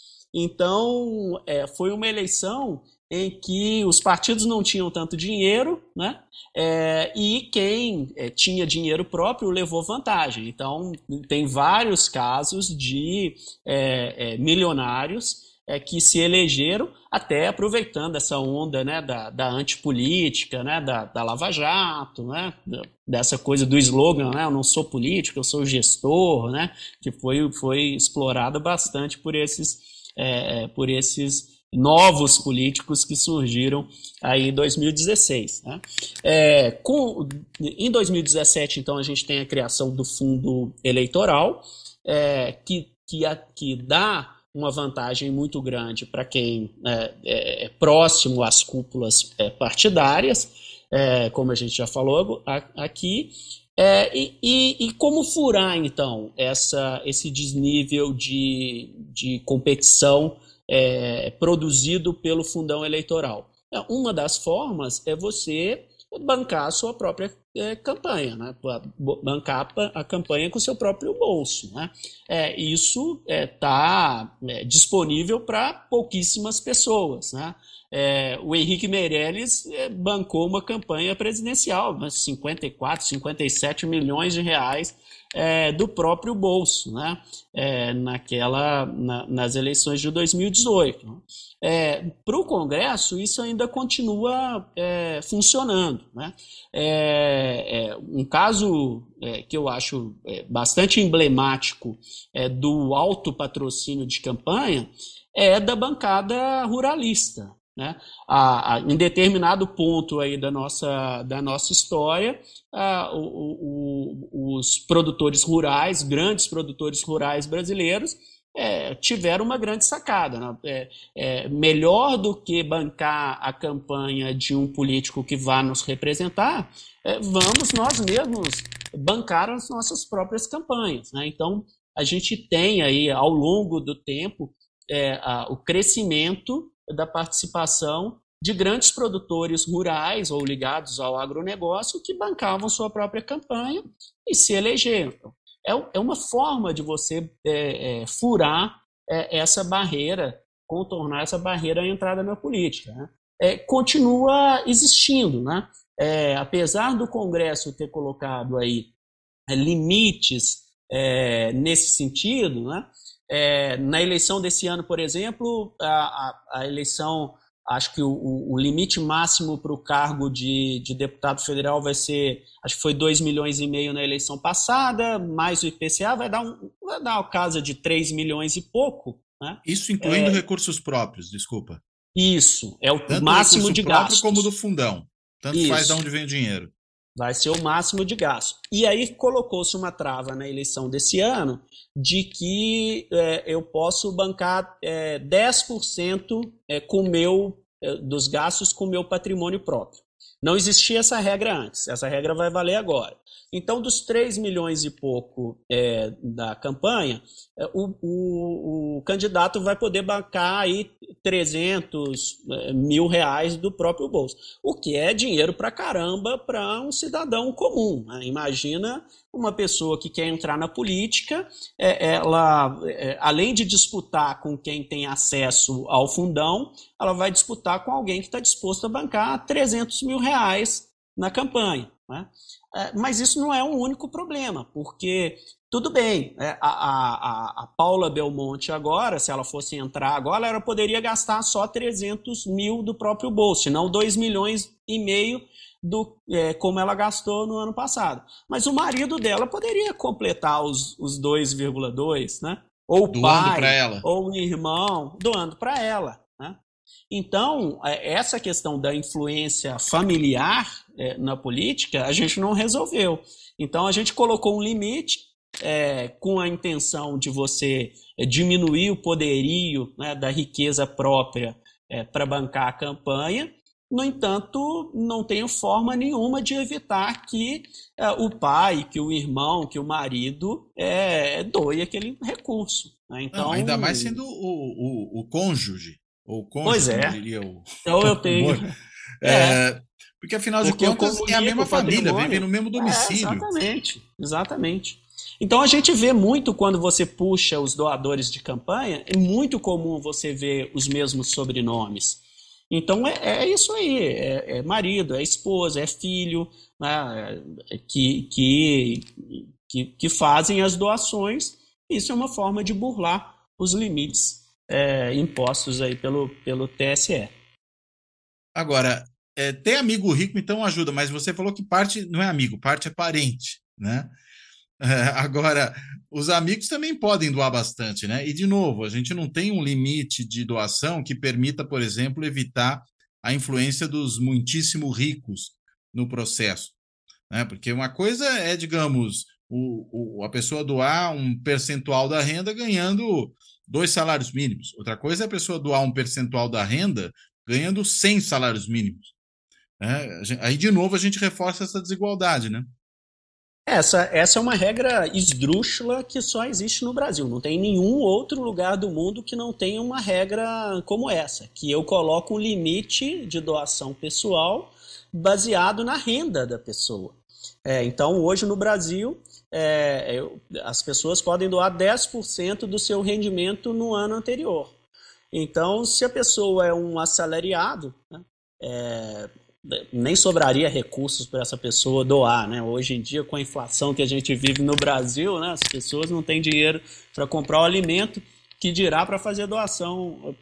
Então, foi uma eleição em que os partidos não tinham tanto dinheiro, né? E quem tinha dinheiro próprio levou vantagem. Então, tem vários casos de milionários que se elegeram até aproveitando essa onda, né, da antipolítica, né, da Lava Jato, né, dessa coisa do slogan, né, eu não sou político, eu sou gestor, né, que foi explorada bastante por esses novos políticos que surgiram aí em 2016. Né? Em 2017, então, a gente tem a criação do fundo eleitoral, que dá uma vantagem muito grande para quem é próximo às cúpulas partidárias, como a gente já falou aqui, e como furar, então, esse desnível de competição produzido pelo fundão eleitoral. Uma das formas é você bancar a sua própria campanha, né? Bancar a campanha com o seu próprio bolso, né? Isso está disponível para pouquíssimas pessoas, né? O Henrique Meirelles bancou uma campanha presidencial, né? 54, 57 milhões de reais do próprio bolso, né? Nas eleições de 2018. Né? Para o Congresso, isso ainda continua funcionando. Né? Um caso que eu acho bastante emblemático do alto patrocínio de campanha é da bancada ruralista. Né? Em determinado ponto aí da nossa história, os produtores rurais, grandes produtores rurais brasileiros, tiveram uma grande sacada. Né? Melhor do que bancar a campanha de um político que vá nos representar, vamos nós mesmos bancar as nossas próprias campanhas. Né? Então, a gente tem aí, ao longo do tempo, o crescimento da participação de grandes produtores rurais ou ligados ao agronegócio que bancavam sua própria campanha e se elegeram. É uma forma de você furar essa barreira, contornar essa barreira à entrada na política. Né? Continua existindo, né? Apesar do Congresso ter colocado aí limites nesse sentido, né? Na eleição desse ano, por exemplo, a eleição, acho que o limite máximo para o cargo de deputado federal vai ser, acho que foi 2,5 milhões na eleição passada, mais o IPCA, vai dar uma casa de 3 milhões e pouco. Né? Isso incluindo recursos próprios, desculpa. Isso, é o tanto máximo de gastos. Como do fundão. Tanto isso. Faz de onde vem o dinheiro. Vai ser o máximo de gasto. E aí colocou-se uma trava na eleição desse ano de que eu posso bancar 10% dos gastos com o meu patrimônio próprio. Não existia essa regra antes, essa regra vai valer agora. Então, dos 3 milhões e pouco da campanha, o candidato vai poder bancar aí 300 mil reais do próprio bolso, o que é dinheiro pra caramba para um cidadão comum. Né? Imagina uma pessoa que quer entrar na política, ela, além de disputar com quem tem acesso ao fundão, ela vai disputar com alguém que está disposto a bancar 300 mil reais na campanha. Né? Mas isso não é um único problema, porque, tudo bem, a Paula Belmonte agora, se ela fosse entrar agora, ela poderia gastar só 300 mil do próprio bolso, não 2,5 milhões como ela gastou no ano passado. Mas o marido dela poderia completar os 2,2, né? Ou o pai, ou o irmão, doando para ela. Né? Então, essa questão da influência familiar na política, a gente não resolveu. Então, a gente colocou um limite com a intenção de você diminuir o poderio, né, da riqueza própria para bancar a campanha. No entanto, não tem forma nenhuma de evitar que o pai, que o irmão, que o marido doe aquele recurso. Né? Então, não, ainda mais sendo o cônjuge. Ou cônjuge, pois é. Diria o... Então eu tenho... Porque afinal de contas é a mesma família, vive no mesmo domicílio. Exatamente. Então a gente vê muito quando você puxa os doadores de campanha, é muito comum você ver os mesmos sobrenomes. Então é isso aí, é marido, é esposa, é filho, né, que fazem as doações. Isso é uma forma de burlar os limites impostos aí pelo TSE. Agora, ter amigo rico então ajuda, mas você falou que parte não é amigo, parte é parente, né? Agora, os amigos também podem doar bastante, né? E, de novo, a gente não tem um limite de doação que permita, por exemplo, evitar a influência dos muitíssimo ricos no processo, né? Porque uma coisa é, digamos, a pessoa doar um percentual da renda ganhando 2 salários mínimos. Outra coisa é a pessoa doar um percentual da renda ganhando 100 salários mínimos. Aí, de novo, a gente reforça essa desigualdade, né? Essa é uma regra esdrúxula que só existe no Brasil. Não tem nenhum outro lugar do mundo que não tenha uma regra como essa, que eu coloco um limite de doação pessoal baseado na renda da pessoa. Então, hoje no Brasil, as pessoas podem doar 10% do seu rendimento no ano anterior. Então, se a pessoa é um assalariado, né, nem sobraria recursos para essa pessoa doar, né? Hoje em dia, com a inflação que a gente vive no Brasil, né, as pessoas não têm dinheiro para comprar o alimento, que dirá para fazer doação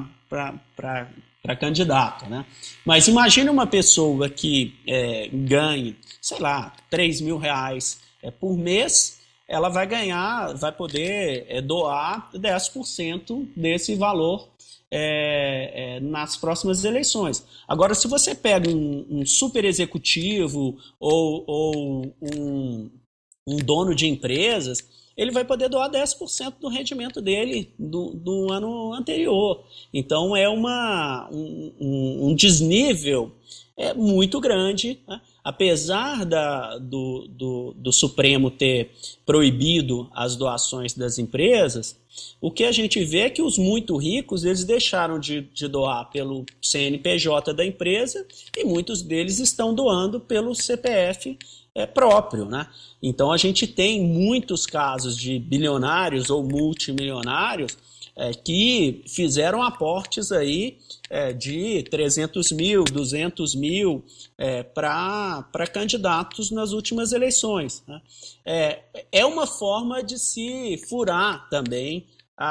para candidato, né? Mas imagine uma pessoa que ganhe, sei lá, R$ 3.000 por mês, ela vai poder doar 10% desse valor nas próximas eleições. Agora, se você pega um super executivo ou um dono de empresas, ele vai poder doar 10% do rendimento dele do ano anterior. Então, é um desnível muito grande, né? Apesar do Supremo ter proibido as doações das empresas, o que a gente vê é que os muito ricos, eles deixaram de doar pelo CNPJ da empresa e muitos deles estão doando pelo CPF próprio, né? Então a gente tem muitos casos de bilionários ou multimilionários que fizeram aportes aí de 300 mil, 200 mil para candidatos nas últimas eleições, né? É uma forma de se furar também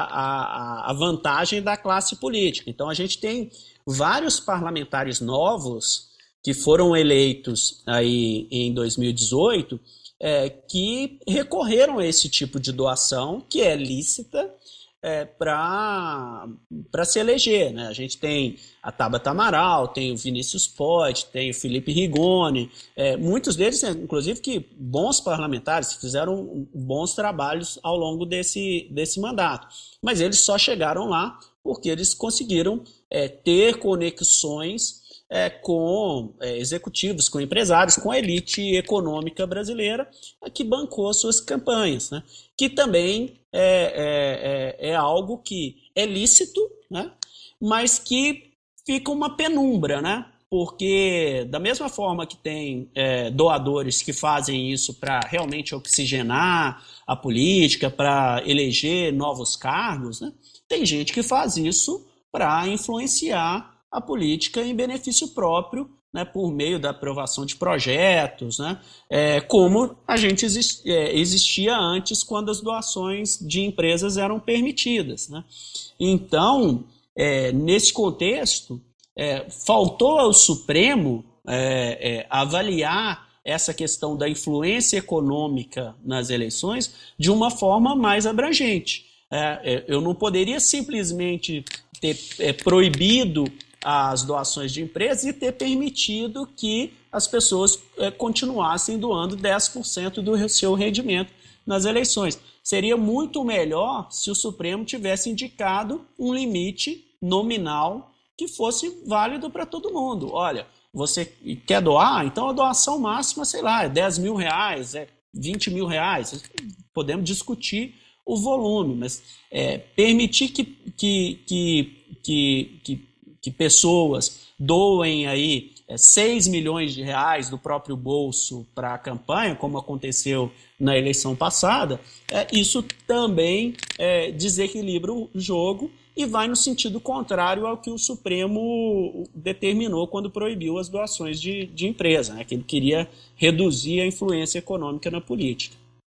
a vantagem da classe política. Então a gente tem vários parlamentares novos que foram eleitos aí em 2018 que recorreram a esse tipo de doação, que é lícita, para se eleger, né? A gente tem a Tabata Amaral, tem o Vinícius Poit, tem o Felipe Rigoni, muitos deles, inclusive, que bons parlamentares, fizeram bons trabalhos ao longo desse mandato, mas eles só chegaram lá porque eles conseguiram ter conexões com executivos, com empresários, com a elite econômica brasileira que bancou suas campanhas, né? Que também é algo que é lícito, né? Mas que fica uma penumbra, né? Porque da mesma forma que tem doadores que fazem isso para realmente oxigenar a política, para eleger novos cargos, né? Tem gente que faz isso para influenciar a política em benefício próprio, né, por meio da aprovação de projetos, né, como a gente existia antes, quando as doações de empresas eram permitidas, né? Então, nesse contexto, faltou ao Supremo avaliar essa questão da influência econômica nas eleições de uma forma mais abrangente. Eu não poderia simplesmente ter proibido as doações de empresas e ter permitido que as pessoas continuassem doando 10% do seu rendimento nas eleições. Seria muito melhor se o Supremo tivesse indicado um limite nominal que fosse válido para todo mundo. Olha, você quer doar? Então a doação máxima, sei lá, é R$ 10.000, é R$ 20.000. Podemos discutir o volume, mas permitir que pessoas doem aí 6 milhões de reais do próprio bolso para a campanha, como aconteceu na eleição passada, isso também desequilibra o jogo e vai no sentido contrário ao que o Supremo determinou quando proibiu as doações de empresa, né? Que ele queria reduzir a influência econômica na política.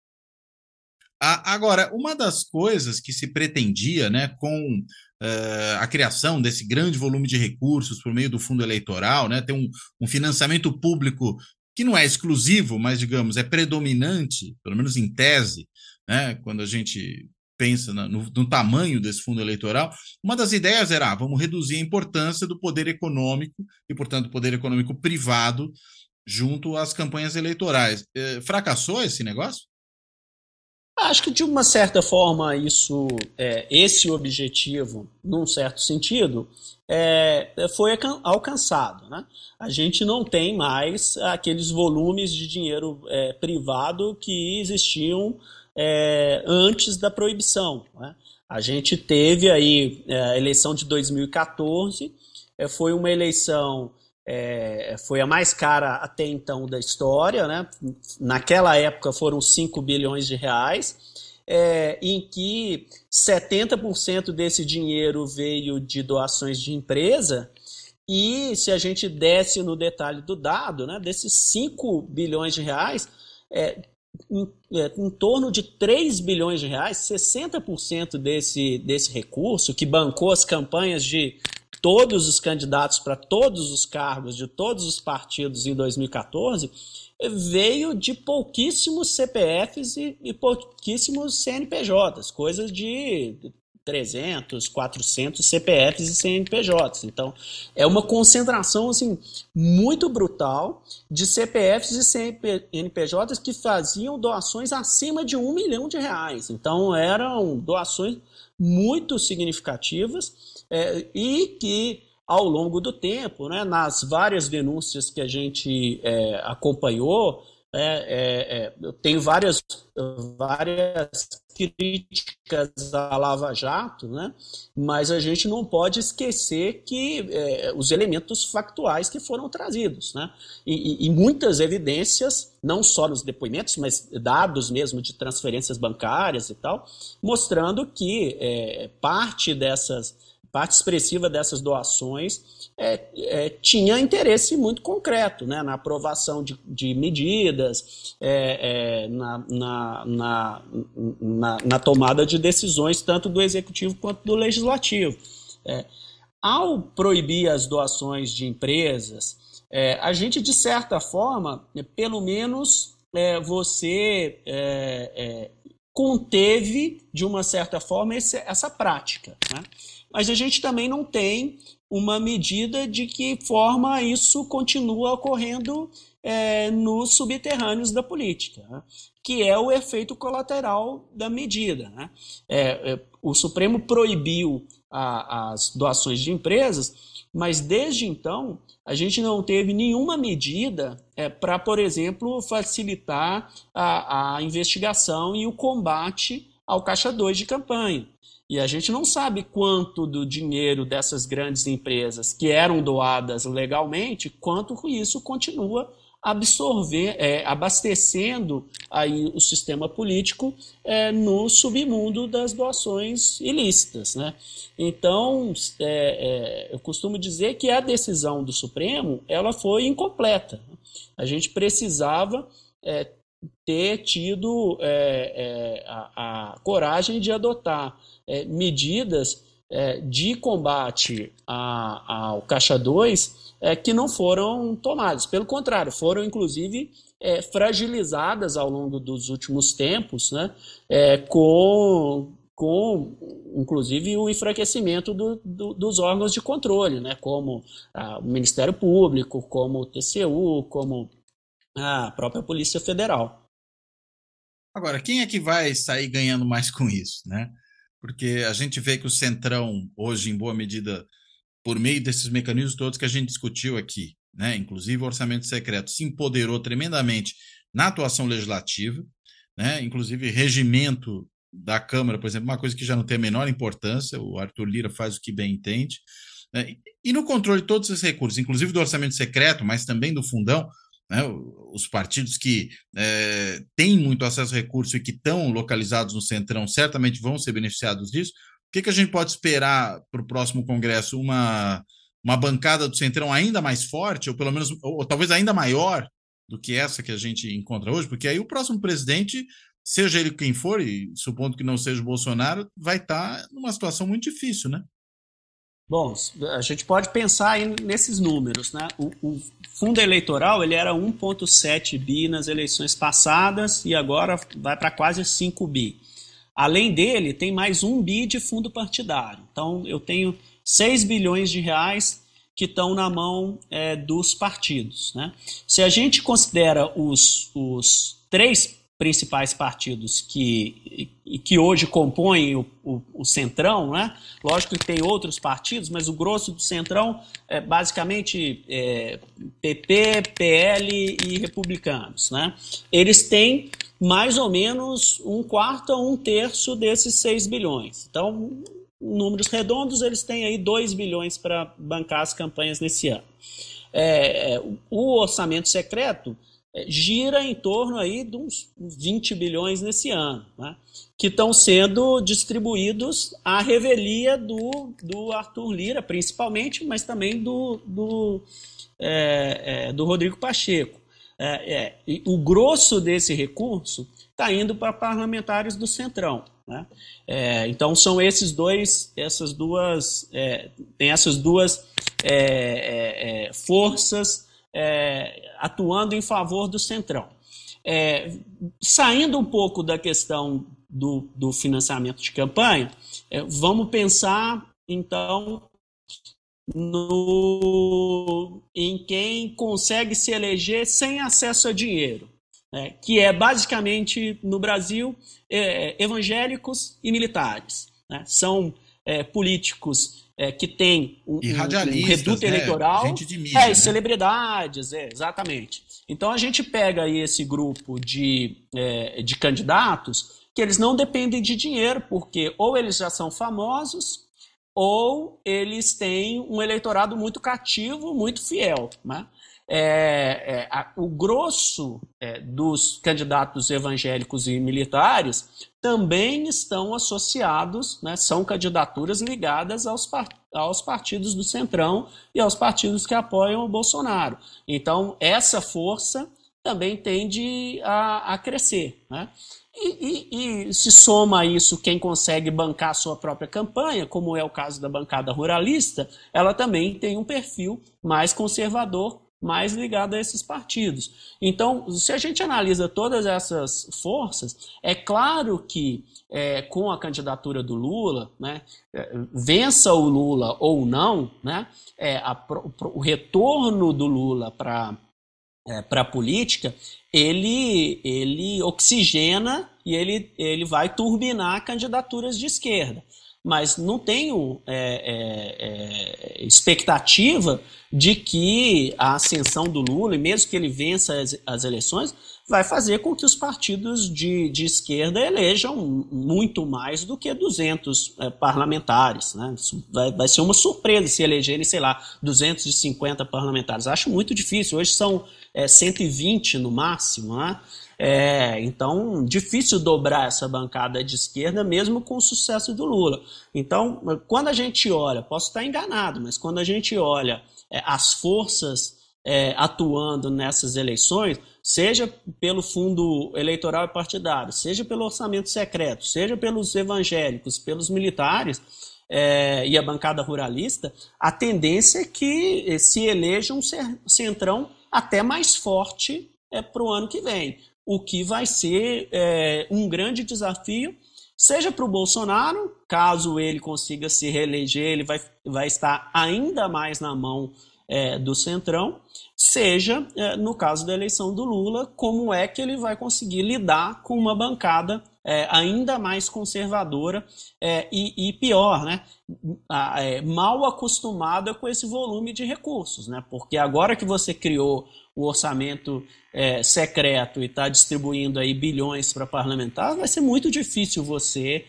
Agora, uma das coisas que se pretendia, né, com a criação desse grande volume de recursos por meio do fundo eleitoral, né, ter um financiamento público que não é exclusivo, mas, digamos, é predominante, pelo menos em tese, né, quando a gente pensa no tamanho desse fundo eleitoral, uma das ideias era, vamos reduzir a importância do poder econômico e, portanto, do poder econômico privado junto às campanhas eleitorais. Fracassou esse negócio? Acho que de uma certa forma esse objetivo, num certo sentido, foi alcançado, né? A gente não tem mais aqueles volumes de dinheiro privado que existiam antes da proibição, né? A gente teve aí a eleição de 2014, foi uma eleição, foi a mais cara até então da história, né? Naquela época foram 5 bilhões de reais, em que 70% desse dinheiro veio de doações de empresa, e se a gente desce no detalhe do dado, né, desses 5 bilhões de reais, em torno de 3 bilhões de reais, 60% desse recurso, que bancou as campanhas de todos os candidatos para todos os cargos de todos os partidos em 2014, veio de pouquíssimos CPFs e pouquíssimos CNPJs, coisas de 300, 400 CPFs e CNPJs. Então, é uma concentração assim, muito brutal de CPFs e CNPJs que faziam doações acima de R$ 1 milhão. Então, eram doações muito significativas e que, ao longo do tempo, né, nas várias denúncias que a gente acompanhou, eu tenho várias críticas à Lava Jato, né? Mas a gente não pode esquecer que os elementos factuais que foram trazidos, né? E muitas evidências, não só nos depoimentos, mas dados mesmo de transferências bancárias e tal, mostrando que parte expressiva dessas doações tinha interesse muito concreto, né, na aprovação de medidas, na tomada de decisões, tanto do Executivo quanto do Legislativo. Ao proibir as doações de empresas, a gente, de certa forma, pelo menos você conteve, de uma certa forma, essa prática, né? Mas a gente também não tem uma medida de que forma isso continua ocorrendo nos subterrâneos da política, né? Que é o efeito colateral da medida, né? O Supremo proibiu as doações de empresas, mas desde então a gente não teve nenhuma medida para, por exemplo, facilitar a investigação e o combate ao Caixa 2 de campanha. E a gente não sabe quanto do dinheiro dessas grandes empresas que eram doadas legalmente, quanto isso continua abastecendo aí o sistema político no submundo das doações ilícitas, né? Então, eu costumo dizer que a decisão do Supremo ela foi incompleta. A gente precisava ter tido a coragem de adotar medidas de combate ao Caixa 2 que não foram tomadas. Pelo contrário, foram inclusive fragilizadas ao longo dos últimos tempos, né, com inclusive o enfraquecimento dos órgãos de controle, né, como o Ministério Público, como o TCU, como a própria Polícia Federal. Agora, quem é que vai sair ganhando mais com isso, né? Porque a gente vê que o Centrão, hoje, em boa medida, por meio desses mecanismos todos que a gente discutiu aqui, né? Inclusive o orçamento secreto, se empoderou tremendamente na atuação legislativa, né? Inclusive regimento da Câmara, por exemplo, uma coisa que já não tem a menor importância, o Arthur Lira faz o que bem entende, né? E no controle de todos esses recursos, inclusive do orçamento secreto, mas também do fundão, né, os partidos que têm muito acesso a recursos e que estão localizados no Centrão certamente vão ser beneficiados disso. O que a gente pode esperar para o próximo Congresso? Uma bancada do Centrão ainda mais forte, ou pelo menos, ou talvez ainda maior do que essa que a gente encontra hoje? Porque aí o próximo presidente, seja ele quem for, e supondo que não seja o Bolsonaro, vai estar numa situação muito difícil, né? Bom, a gente pode pensar aí nesses números, né? O fundo eleitoral ele era 1,7 bi nas eleições passadas e agora vai para quase 5 bi. Além dele, tem mais 1 bi de fundo partidário. Então, eu tenho 6 bilhões de reais que estão na mão dos partidos, né? Se a gente considera os três principais partidos que hoje compõem o Centrão, né? Lógico que tem outros partidos, mas o grosso do Centrão é basicamente PP, PL e republicanos, né? Eles têm mais ou menos um quarto a um terço desses 6 bilhões. Então, em números redondos, eles têm aí 2 bilhões para bancar as campanhas nesse ano. O orçamento secreto gira em torno aí de uns 20 bilhões nesse ano, né, que estão sendo distribuídos à revelia do Arthur Lira, principalmente, mas também do Rodrigo Pacheco. O grosso desse recurso está indo para parlamentares do Centrão, né? Então são tem essas duas forças atuando em favor do Centrão. Saindo um pouco da questão do financiamento de campanha, vamos pensar então em quem consegue se eleger sem acesso a dinheiro, que é basicamente no Brasil evangélicos e militares, né? São políticos que têm um reduto eleitoral, gente de mídia, né? Celebridades, exatamente. Então a gente pega aí esse grupo de candidatos que eles não dependem de dinheiro, porque ou eles já são famosos ou eles têm um eleitorado muito cativo, muito fiel, né? O grosso dos candidatos evangélicos e militares também estão associados, né, são candidaturas ligadas aos partidos do Centrão e aos partidos que apoiam o Bolsonaro. Então, essa força também tende a crescer, né? E se soma a isso quem consegue bancar a sua própria campanha, como é o caso da bancada ruralista, ela também tem um perfil mais conservador, mais ligado a esses partidos. Então, se a gente analisa todas essas forças, é claro que com a candidatura do Lula, né, vença o Lula ou não, né, o retorno do Lula para a política, ele oxigena e ele vai turbinar candidaturas de esquerda. Mas não tenho expectativa de que a ascensão do Lula, e mesmo que ele vença as eleições, vai fazer com que os partidos de esquerda elejam muito mais do que 200 parlamentares, né? Isso vai ser uma surpresa se elegerem, sei lá, 250 parlamentares. Acho muito difícil. Hoje são 120 no máximo, né? Então, difícil dobrar essa bancada de esquerda, mesmo com o sucesso do Lula. Então, quando a gente olha, posso estar enganado, mas quando a gente olha as forças atuando nessas eleições, seja pelo fundo eleitoral e partidário, seja pelo orçamento secreto, seja pelos evangélicos, pelos militares e a bancada ruralista, a tendência é que se eleja um centrão até mais forte para o ano que vem. O que vai ser um grande desafio, seja para o Bolsonaro, caso ele consiga se reeleger, ele vai estar ainda mais na mão do Centrão, seja, no caso da eleição do Lula, como é que ele vai conseguir lidar com uma bancada ainda mais conservadora e pior, né? Mal acostumada com esse volume de recursos, né? Porque agora que você criou o orçamento secreto e está distribuindo aí bilhões para parlamentar, vai ser muito difícil você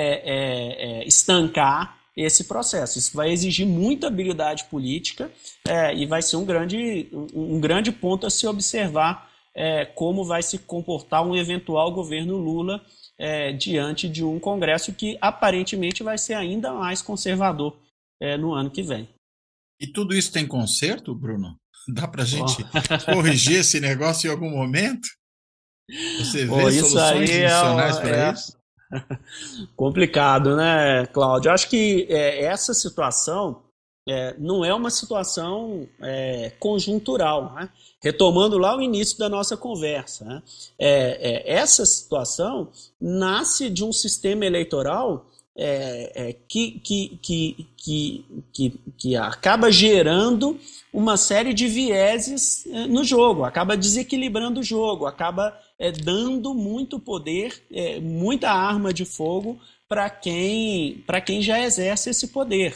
estancar esse processo. Isso vai exigir muita habilidade política e vai ser um grande ponto a se observar como vai se comportar um eventual governo Lula diante de um Congresso que aparentemente vai ser ainda mais conservador no ano que vem. E tudo isso tem conserto, Bruno? Dá para a gente corrigir esse negócio em algum momento? Você vê soluções adicionais para isso? Complicado, né, Cláudio? Eu acho que essa situação não é uma situação conjuntural, né? Retomando lá o início da nossa conversa, né? Essa situação nasce de um sistema eleitoral que acaba gerando uma série de vieses no jogo, acaba desequilibrando o jogo, acaba dando muito poder, muita arma de fogo para quem já exerce esse poder.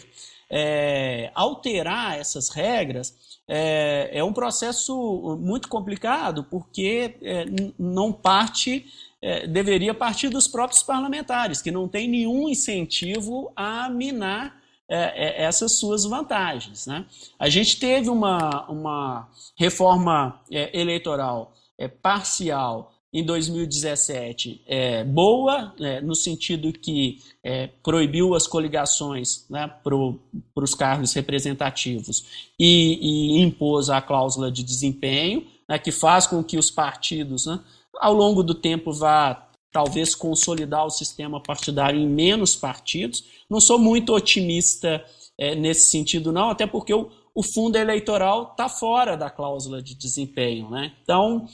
Alterar essas regras é um processo muito complicado, porque não parte, deveria partir dos próprios parlamentares, que não tem nenhum incentivo a minar essas suas vantagens, né? A gente teve uma reforma eleitoral parcial em 2017, boa, no sentido que proibiu as coligações, né, para os cargos representativos e impôs a cláusula de desempenho, né, que faz com que os partidos, né, ao longo do tempo, vá talvez consolidar o sistema partidário em menos partidos. Não sou muito otimista nesse sentido, não, até porque o fundo eleitoral está fora da cláusula de desempenho, né? Então,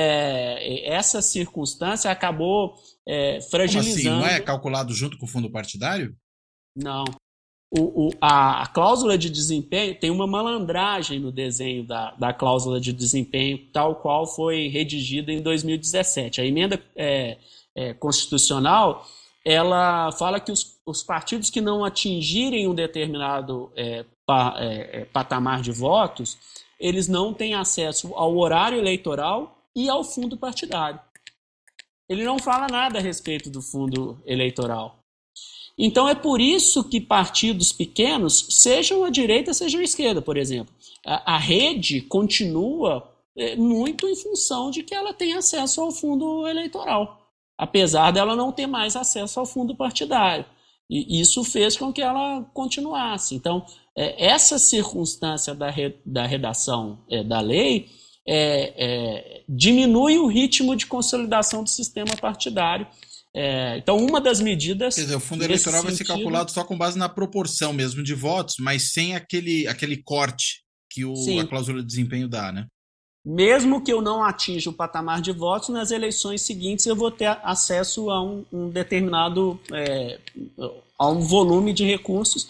essa circunstância acabou fragilizando... Como assim? Não é calculado junto com o fundo partidário? Não. A cláusula de desempenho tem uma malandragem no desenho da cláusula de desempenho, tal qual foi redigida em 2017. A emenda constitucional, ela fala que os partidos que não atingirem um determinado patamar de votos, eles não têm acesso ao horário eleitoral e ao fundo partidário. Ele não fala nada a respeito do fundo eleitoral. Então é por isso que partidos pequenos, sejam a direita, sejam a esquerda, por exemplo, a rede continua muito em função de que ela tem acesso ao fundo eleitoral, apesar dela não ter mais acesso ao fundo partidário. E isso fez com que ela continuasse. Então, essa circunstância da redação da lei diminui o ritmo de consolidação do sistema partidário. Então, uma das medidas... Quer dizer, o fundo eleitoral vai ser calculado só com base na proporção mesmo de votos, mas sem aquele corte que a cláusula de desempenho dá, né? Mesmo que eu não atinja o patamar de votos, nas eleições seguintes eu vou ter acesso a um determinado... a um volume de recursos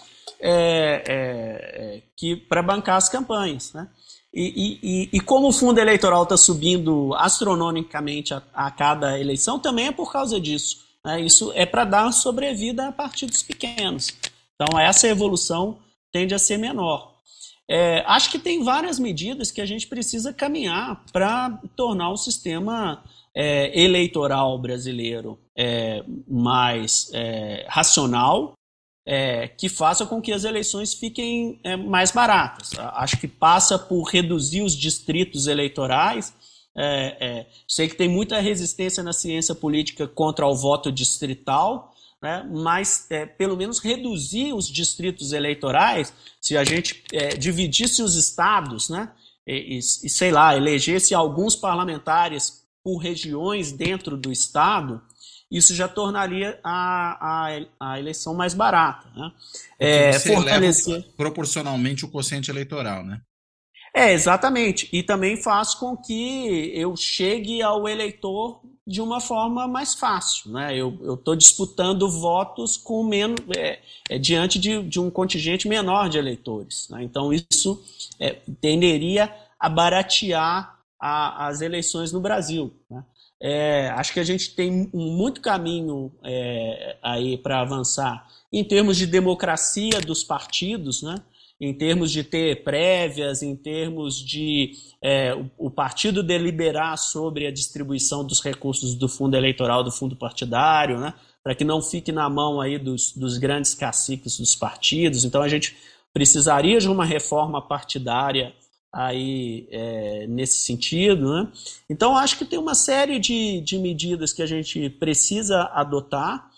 para bancar as campanhas, né? E como o fundo eleitoral está subindo astronomicamente a cada eleição, também é por causa disso, né? Isso é para dar sobrevida a partidos pequenos. Então, essa evolução tende a ser menor. Acho que tem várias medidas que a gente precisa caminhar para tornar o sistema eleitoral brasileiro mais racional, que faça com que as eleições fiquem mais baratas. Acho que passa por reduzir os distritos eleitorais. Sei que tem muita resistência na ciência política contra o voto distrital, né? Mas pelo menos reduzir os distritos eleitorais, se a gente dividisse os estados, né? E sei lá, elegesse alguns parlamentares por regiões dentro do estado, isso já tornaria a eleição mais barata, né? Você fortalecer proporcionalmente o quociente eleitoral, né? Exatamente. E também faz com que eu chegue ao eleitor de uma forma mais fácil, né? Eu estou disputando votos com menos, diante de um contingente menor de eleitores, né? Então isso tenderia a baratear as eleições no Brasil, né? Acho que a gente tem muito caminho aí para avançar em termos de democracia dos partidos, né? Em termos de ter prévias, em termos de o partido deliberar sobre a distribuição dos recursos do fundo eleitoral, do fundo partidário, né? Para que não fique na mão aí dos grandes caciques dos partidos. Então a gente precisaria de uma reforma partidária aí nesse sentido, né? Então acho que tem uma série de medidas que a gente precisa adotar,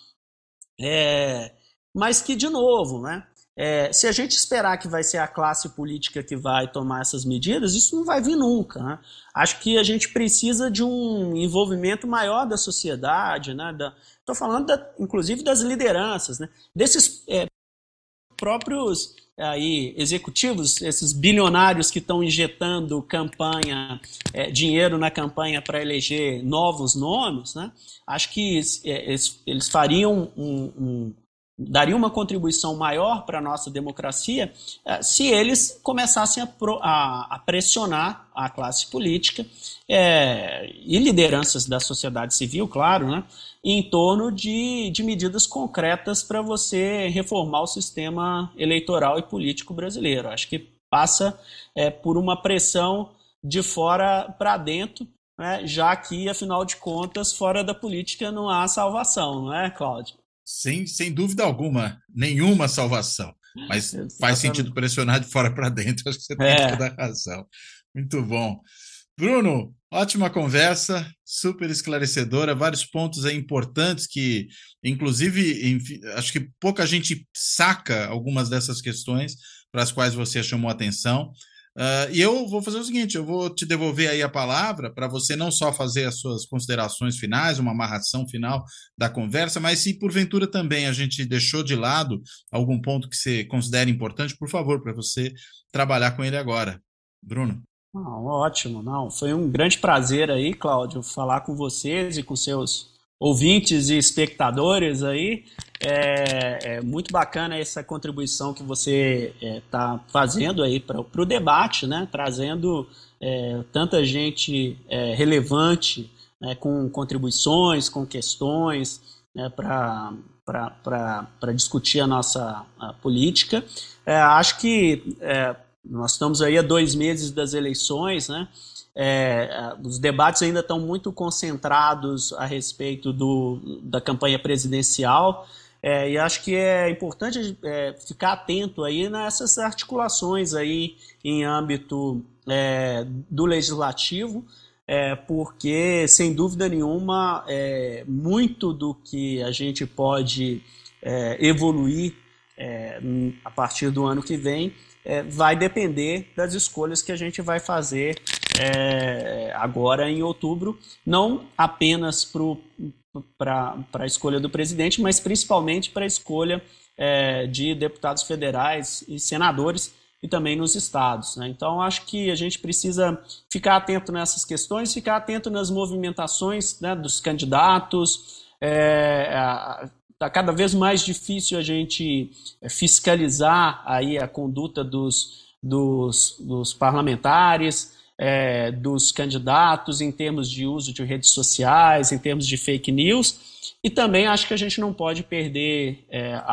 mas que, de novo, né? Se a gente esperar que vai ser a classe política que vai tomar essas medidas, isso não vai vir nunca, né? Acho que a gente precisa de um envolvimento maior da sociedade, né? Estou falando, inclusive, das lideranças, né? Desses próprios aí, executivos, esses bilionários que estão injetando dinheiro na campanha para eleger novos nomes, né? Acho que eles fariam daria uma contribuição maior para a nossa democracia se eles começassem a pressionar a classe política e lideranças da sociedade civil, claro, né, em torno de medidas concretas para você reformar o sistema eleitoral e político brasileiro. Acho que passa por uma pressão de fora para dentro, né, já que, afinal de contas, fora da política não há salvação, não é, Cláudio? Sem dúvida alguma, nenhuma salvação. Mas faz sentido pressionar de fora para dentro, acho que você tem toda a razão. Muito bom. Bruno, ótima conversa, super esclarecedora, vários pontos aí importantes que, inclusive, acho que pouca gente saca algumas dessas questões para as quais você chamou a atenção. E eu vou fazer o seguinte, eu vou te devolver aí a palavra para você não só fazer as suas considerações finais, uma amarração final da conversa, mas se porventura também a gente deixou de lado algum ponto que você considera importante, por favor, para você trabalhar com ele agora. Bruno. Ótimo, foi um grande prazer aí, Cláudio, falar com vocês e com seus ouvintes e espectadores aí. É muito bacana essa contribuição que você está fazendo aí para o debate, né? Trazendo tanta gente relevante, né? Com contribuições, com questões, né? para discutir a nossa política. Acho que nós estamos aí há 2 meses das eleições, né? Os debates ainda estão muito concentrados a respeito da campanha presidencial, e acho que é importante ficar atento aí nessas articulações aí em âmbito do legislativo, porque, sem dúvida nenhuma, muito do que a gente pode evoluir a partir do ano que vem vai depender das escolhas que a gente vai fazer agora em outubro, não apenas para a escolha do presidente, mas principalmente para a escolha de deputados federais e senadores e também nos estados, né? Então, acho que a gente precisa ficar atento nessas questões, ficar atento nas movimentações, né, dos candidatos. Está cada vez mais difícil a gente fiscalizar aí a conduta dos parlamentares, dos candidatos em termos de uso de redes sociais, em termos de fake news, e também acho que a gente não pode perder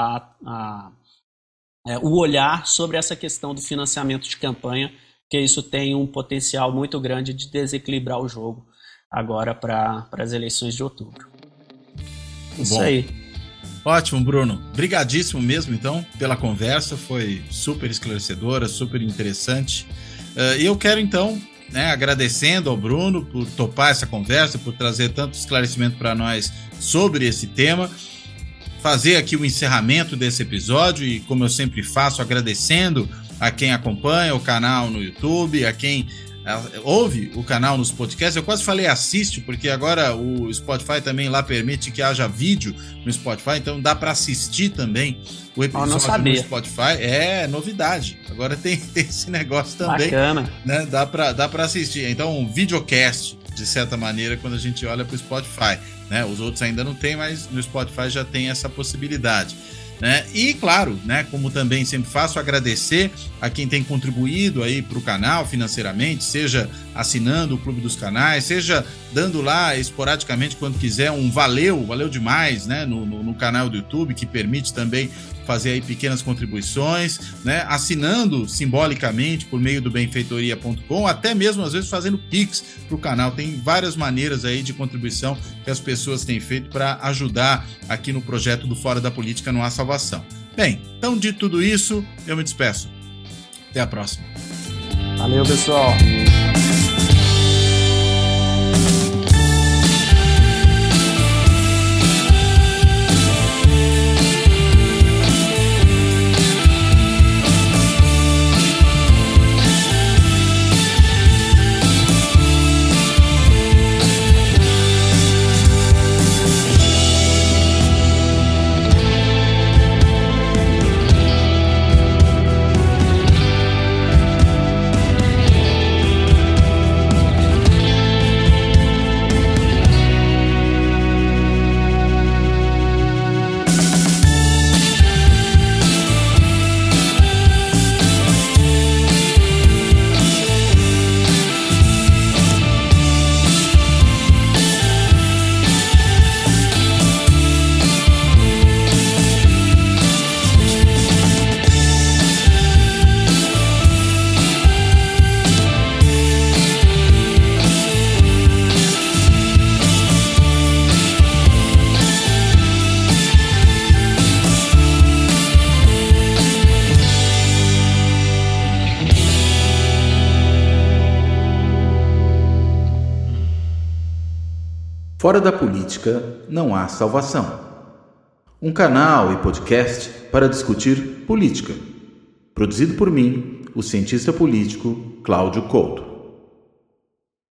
o olhar sobre essa questão do financiamento de campanha, porque isso tem um potencial muito grande de desequilibrar o jogo agora para as eleições de outubro. Isso aí. Ótimo, Bruno. Brigadíssimo mesmo, então, pela conversa. Foi super esclarecedora, super interessante. E eu quero, então, agradecendo ao Bruno por topar essa conversa, por trazer tanto esclarecimento para nós sobre esse tema, fazer aqui o encerramento desse episódio e, como eu sempre faço, agradecendo a quem acompanha o canal no YouTube, a quem ouve o canal nos podcasts. Eu quase falei assiste, porque agora o Spotify também lá permite que haja vídeo no Spotify, então dá para assistir também o episódio no Spotify. É novidade, agora tem esse negócio também. Bacana. Né? Dá para assistir, então um videocast, de certa maneira, quando a gente olha para o Spotify, né? Os outros ainda não tem, mas no Spotify já tem essa possibilidade. Né? E claro, né, como também sempre faço, agradecer a quem tem contribuído aí para o canal financeiramente, seja assinando o Clube dos Canais, seja dando lá esporadicamente quando quiser um valeu demais, né, no canal do YouTube, que permite também fazer aí pequenas contribuições, né, assinando simbolicamente por meio do benfeitoria.com, até mesmo às vezes fazendo Pix para o canal. Tem várias maneiras aí de contribuição que as pessoas têm feito para ajudar aqui no projeto do Fora da Política Não Há Salvação. Bem, então de tudo isso, eu me despeço. Até a próxima. Valeu, pessoal. Fora da política não há salvação. Um canal e podcast para discutir política. Produzido por mim, o cientista político Cláudio Couto.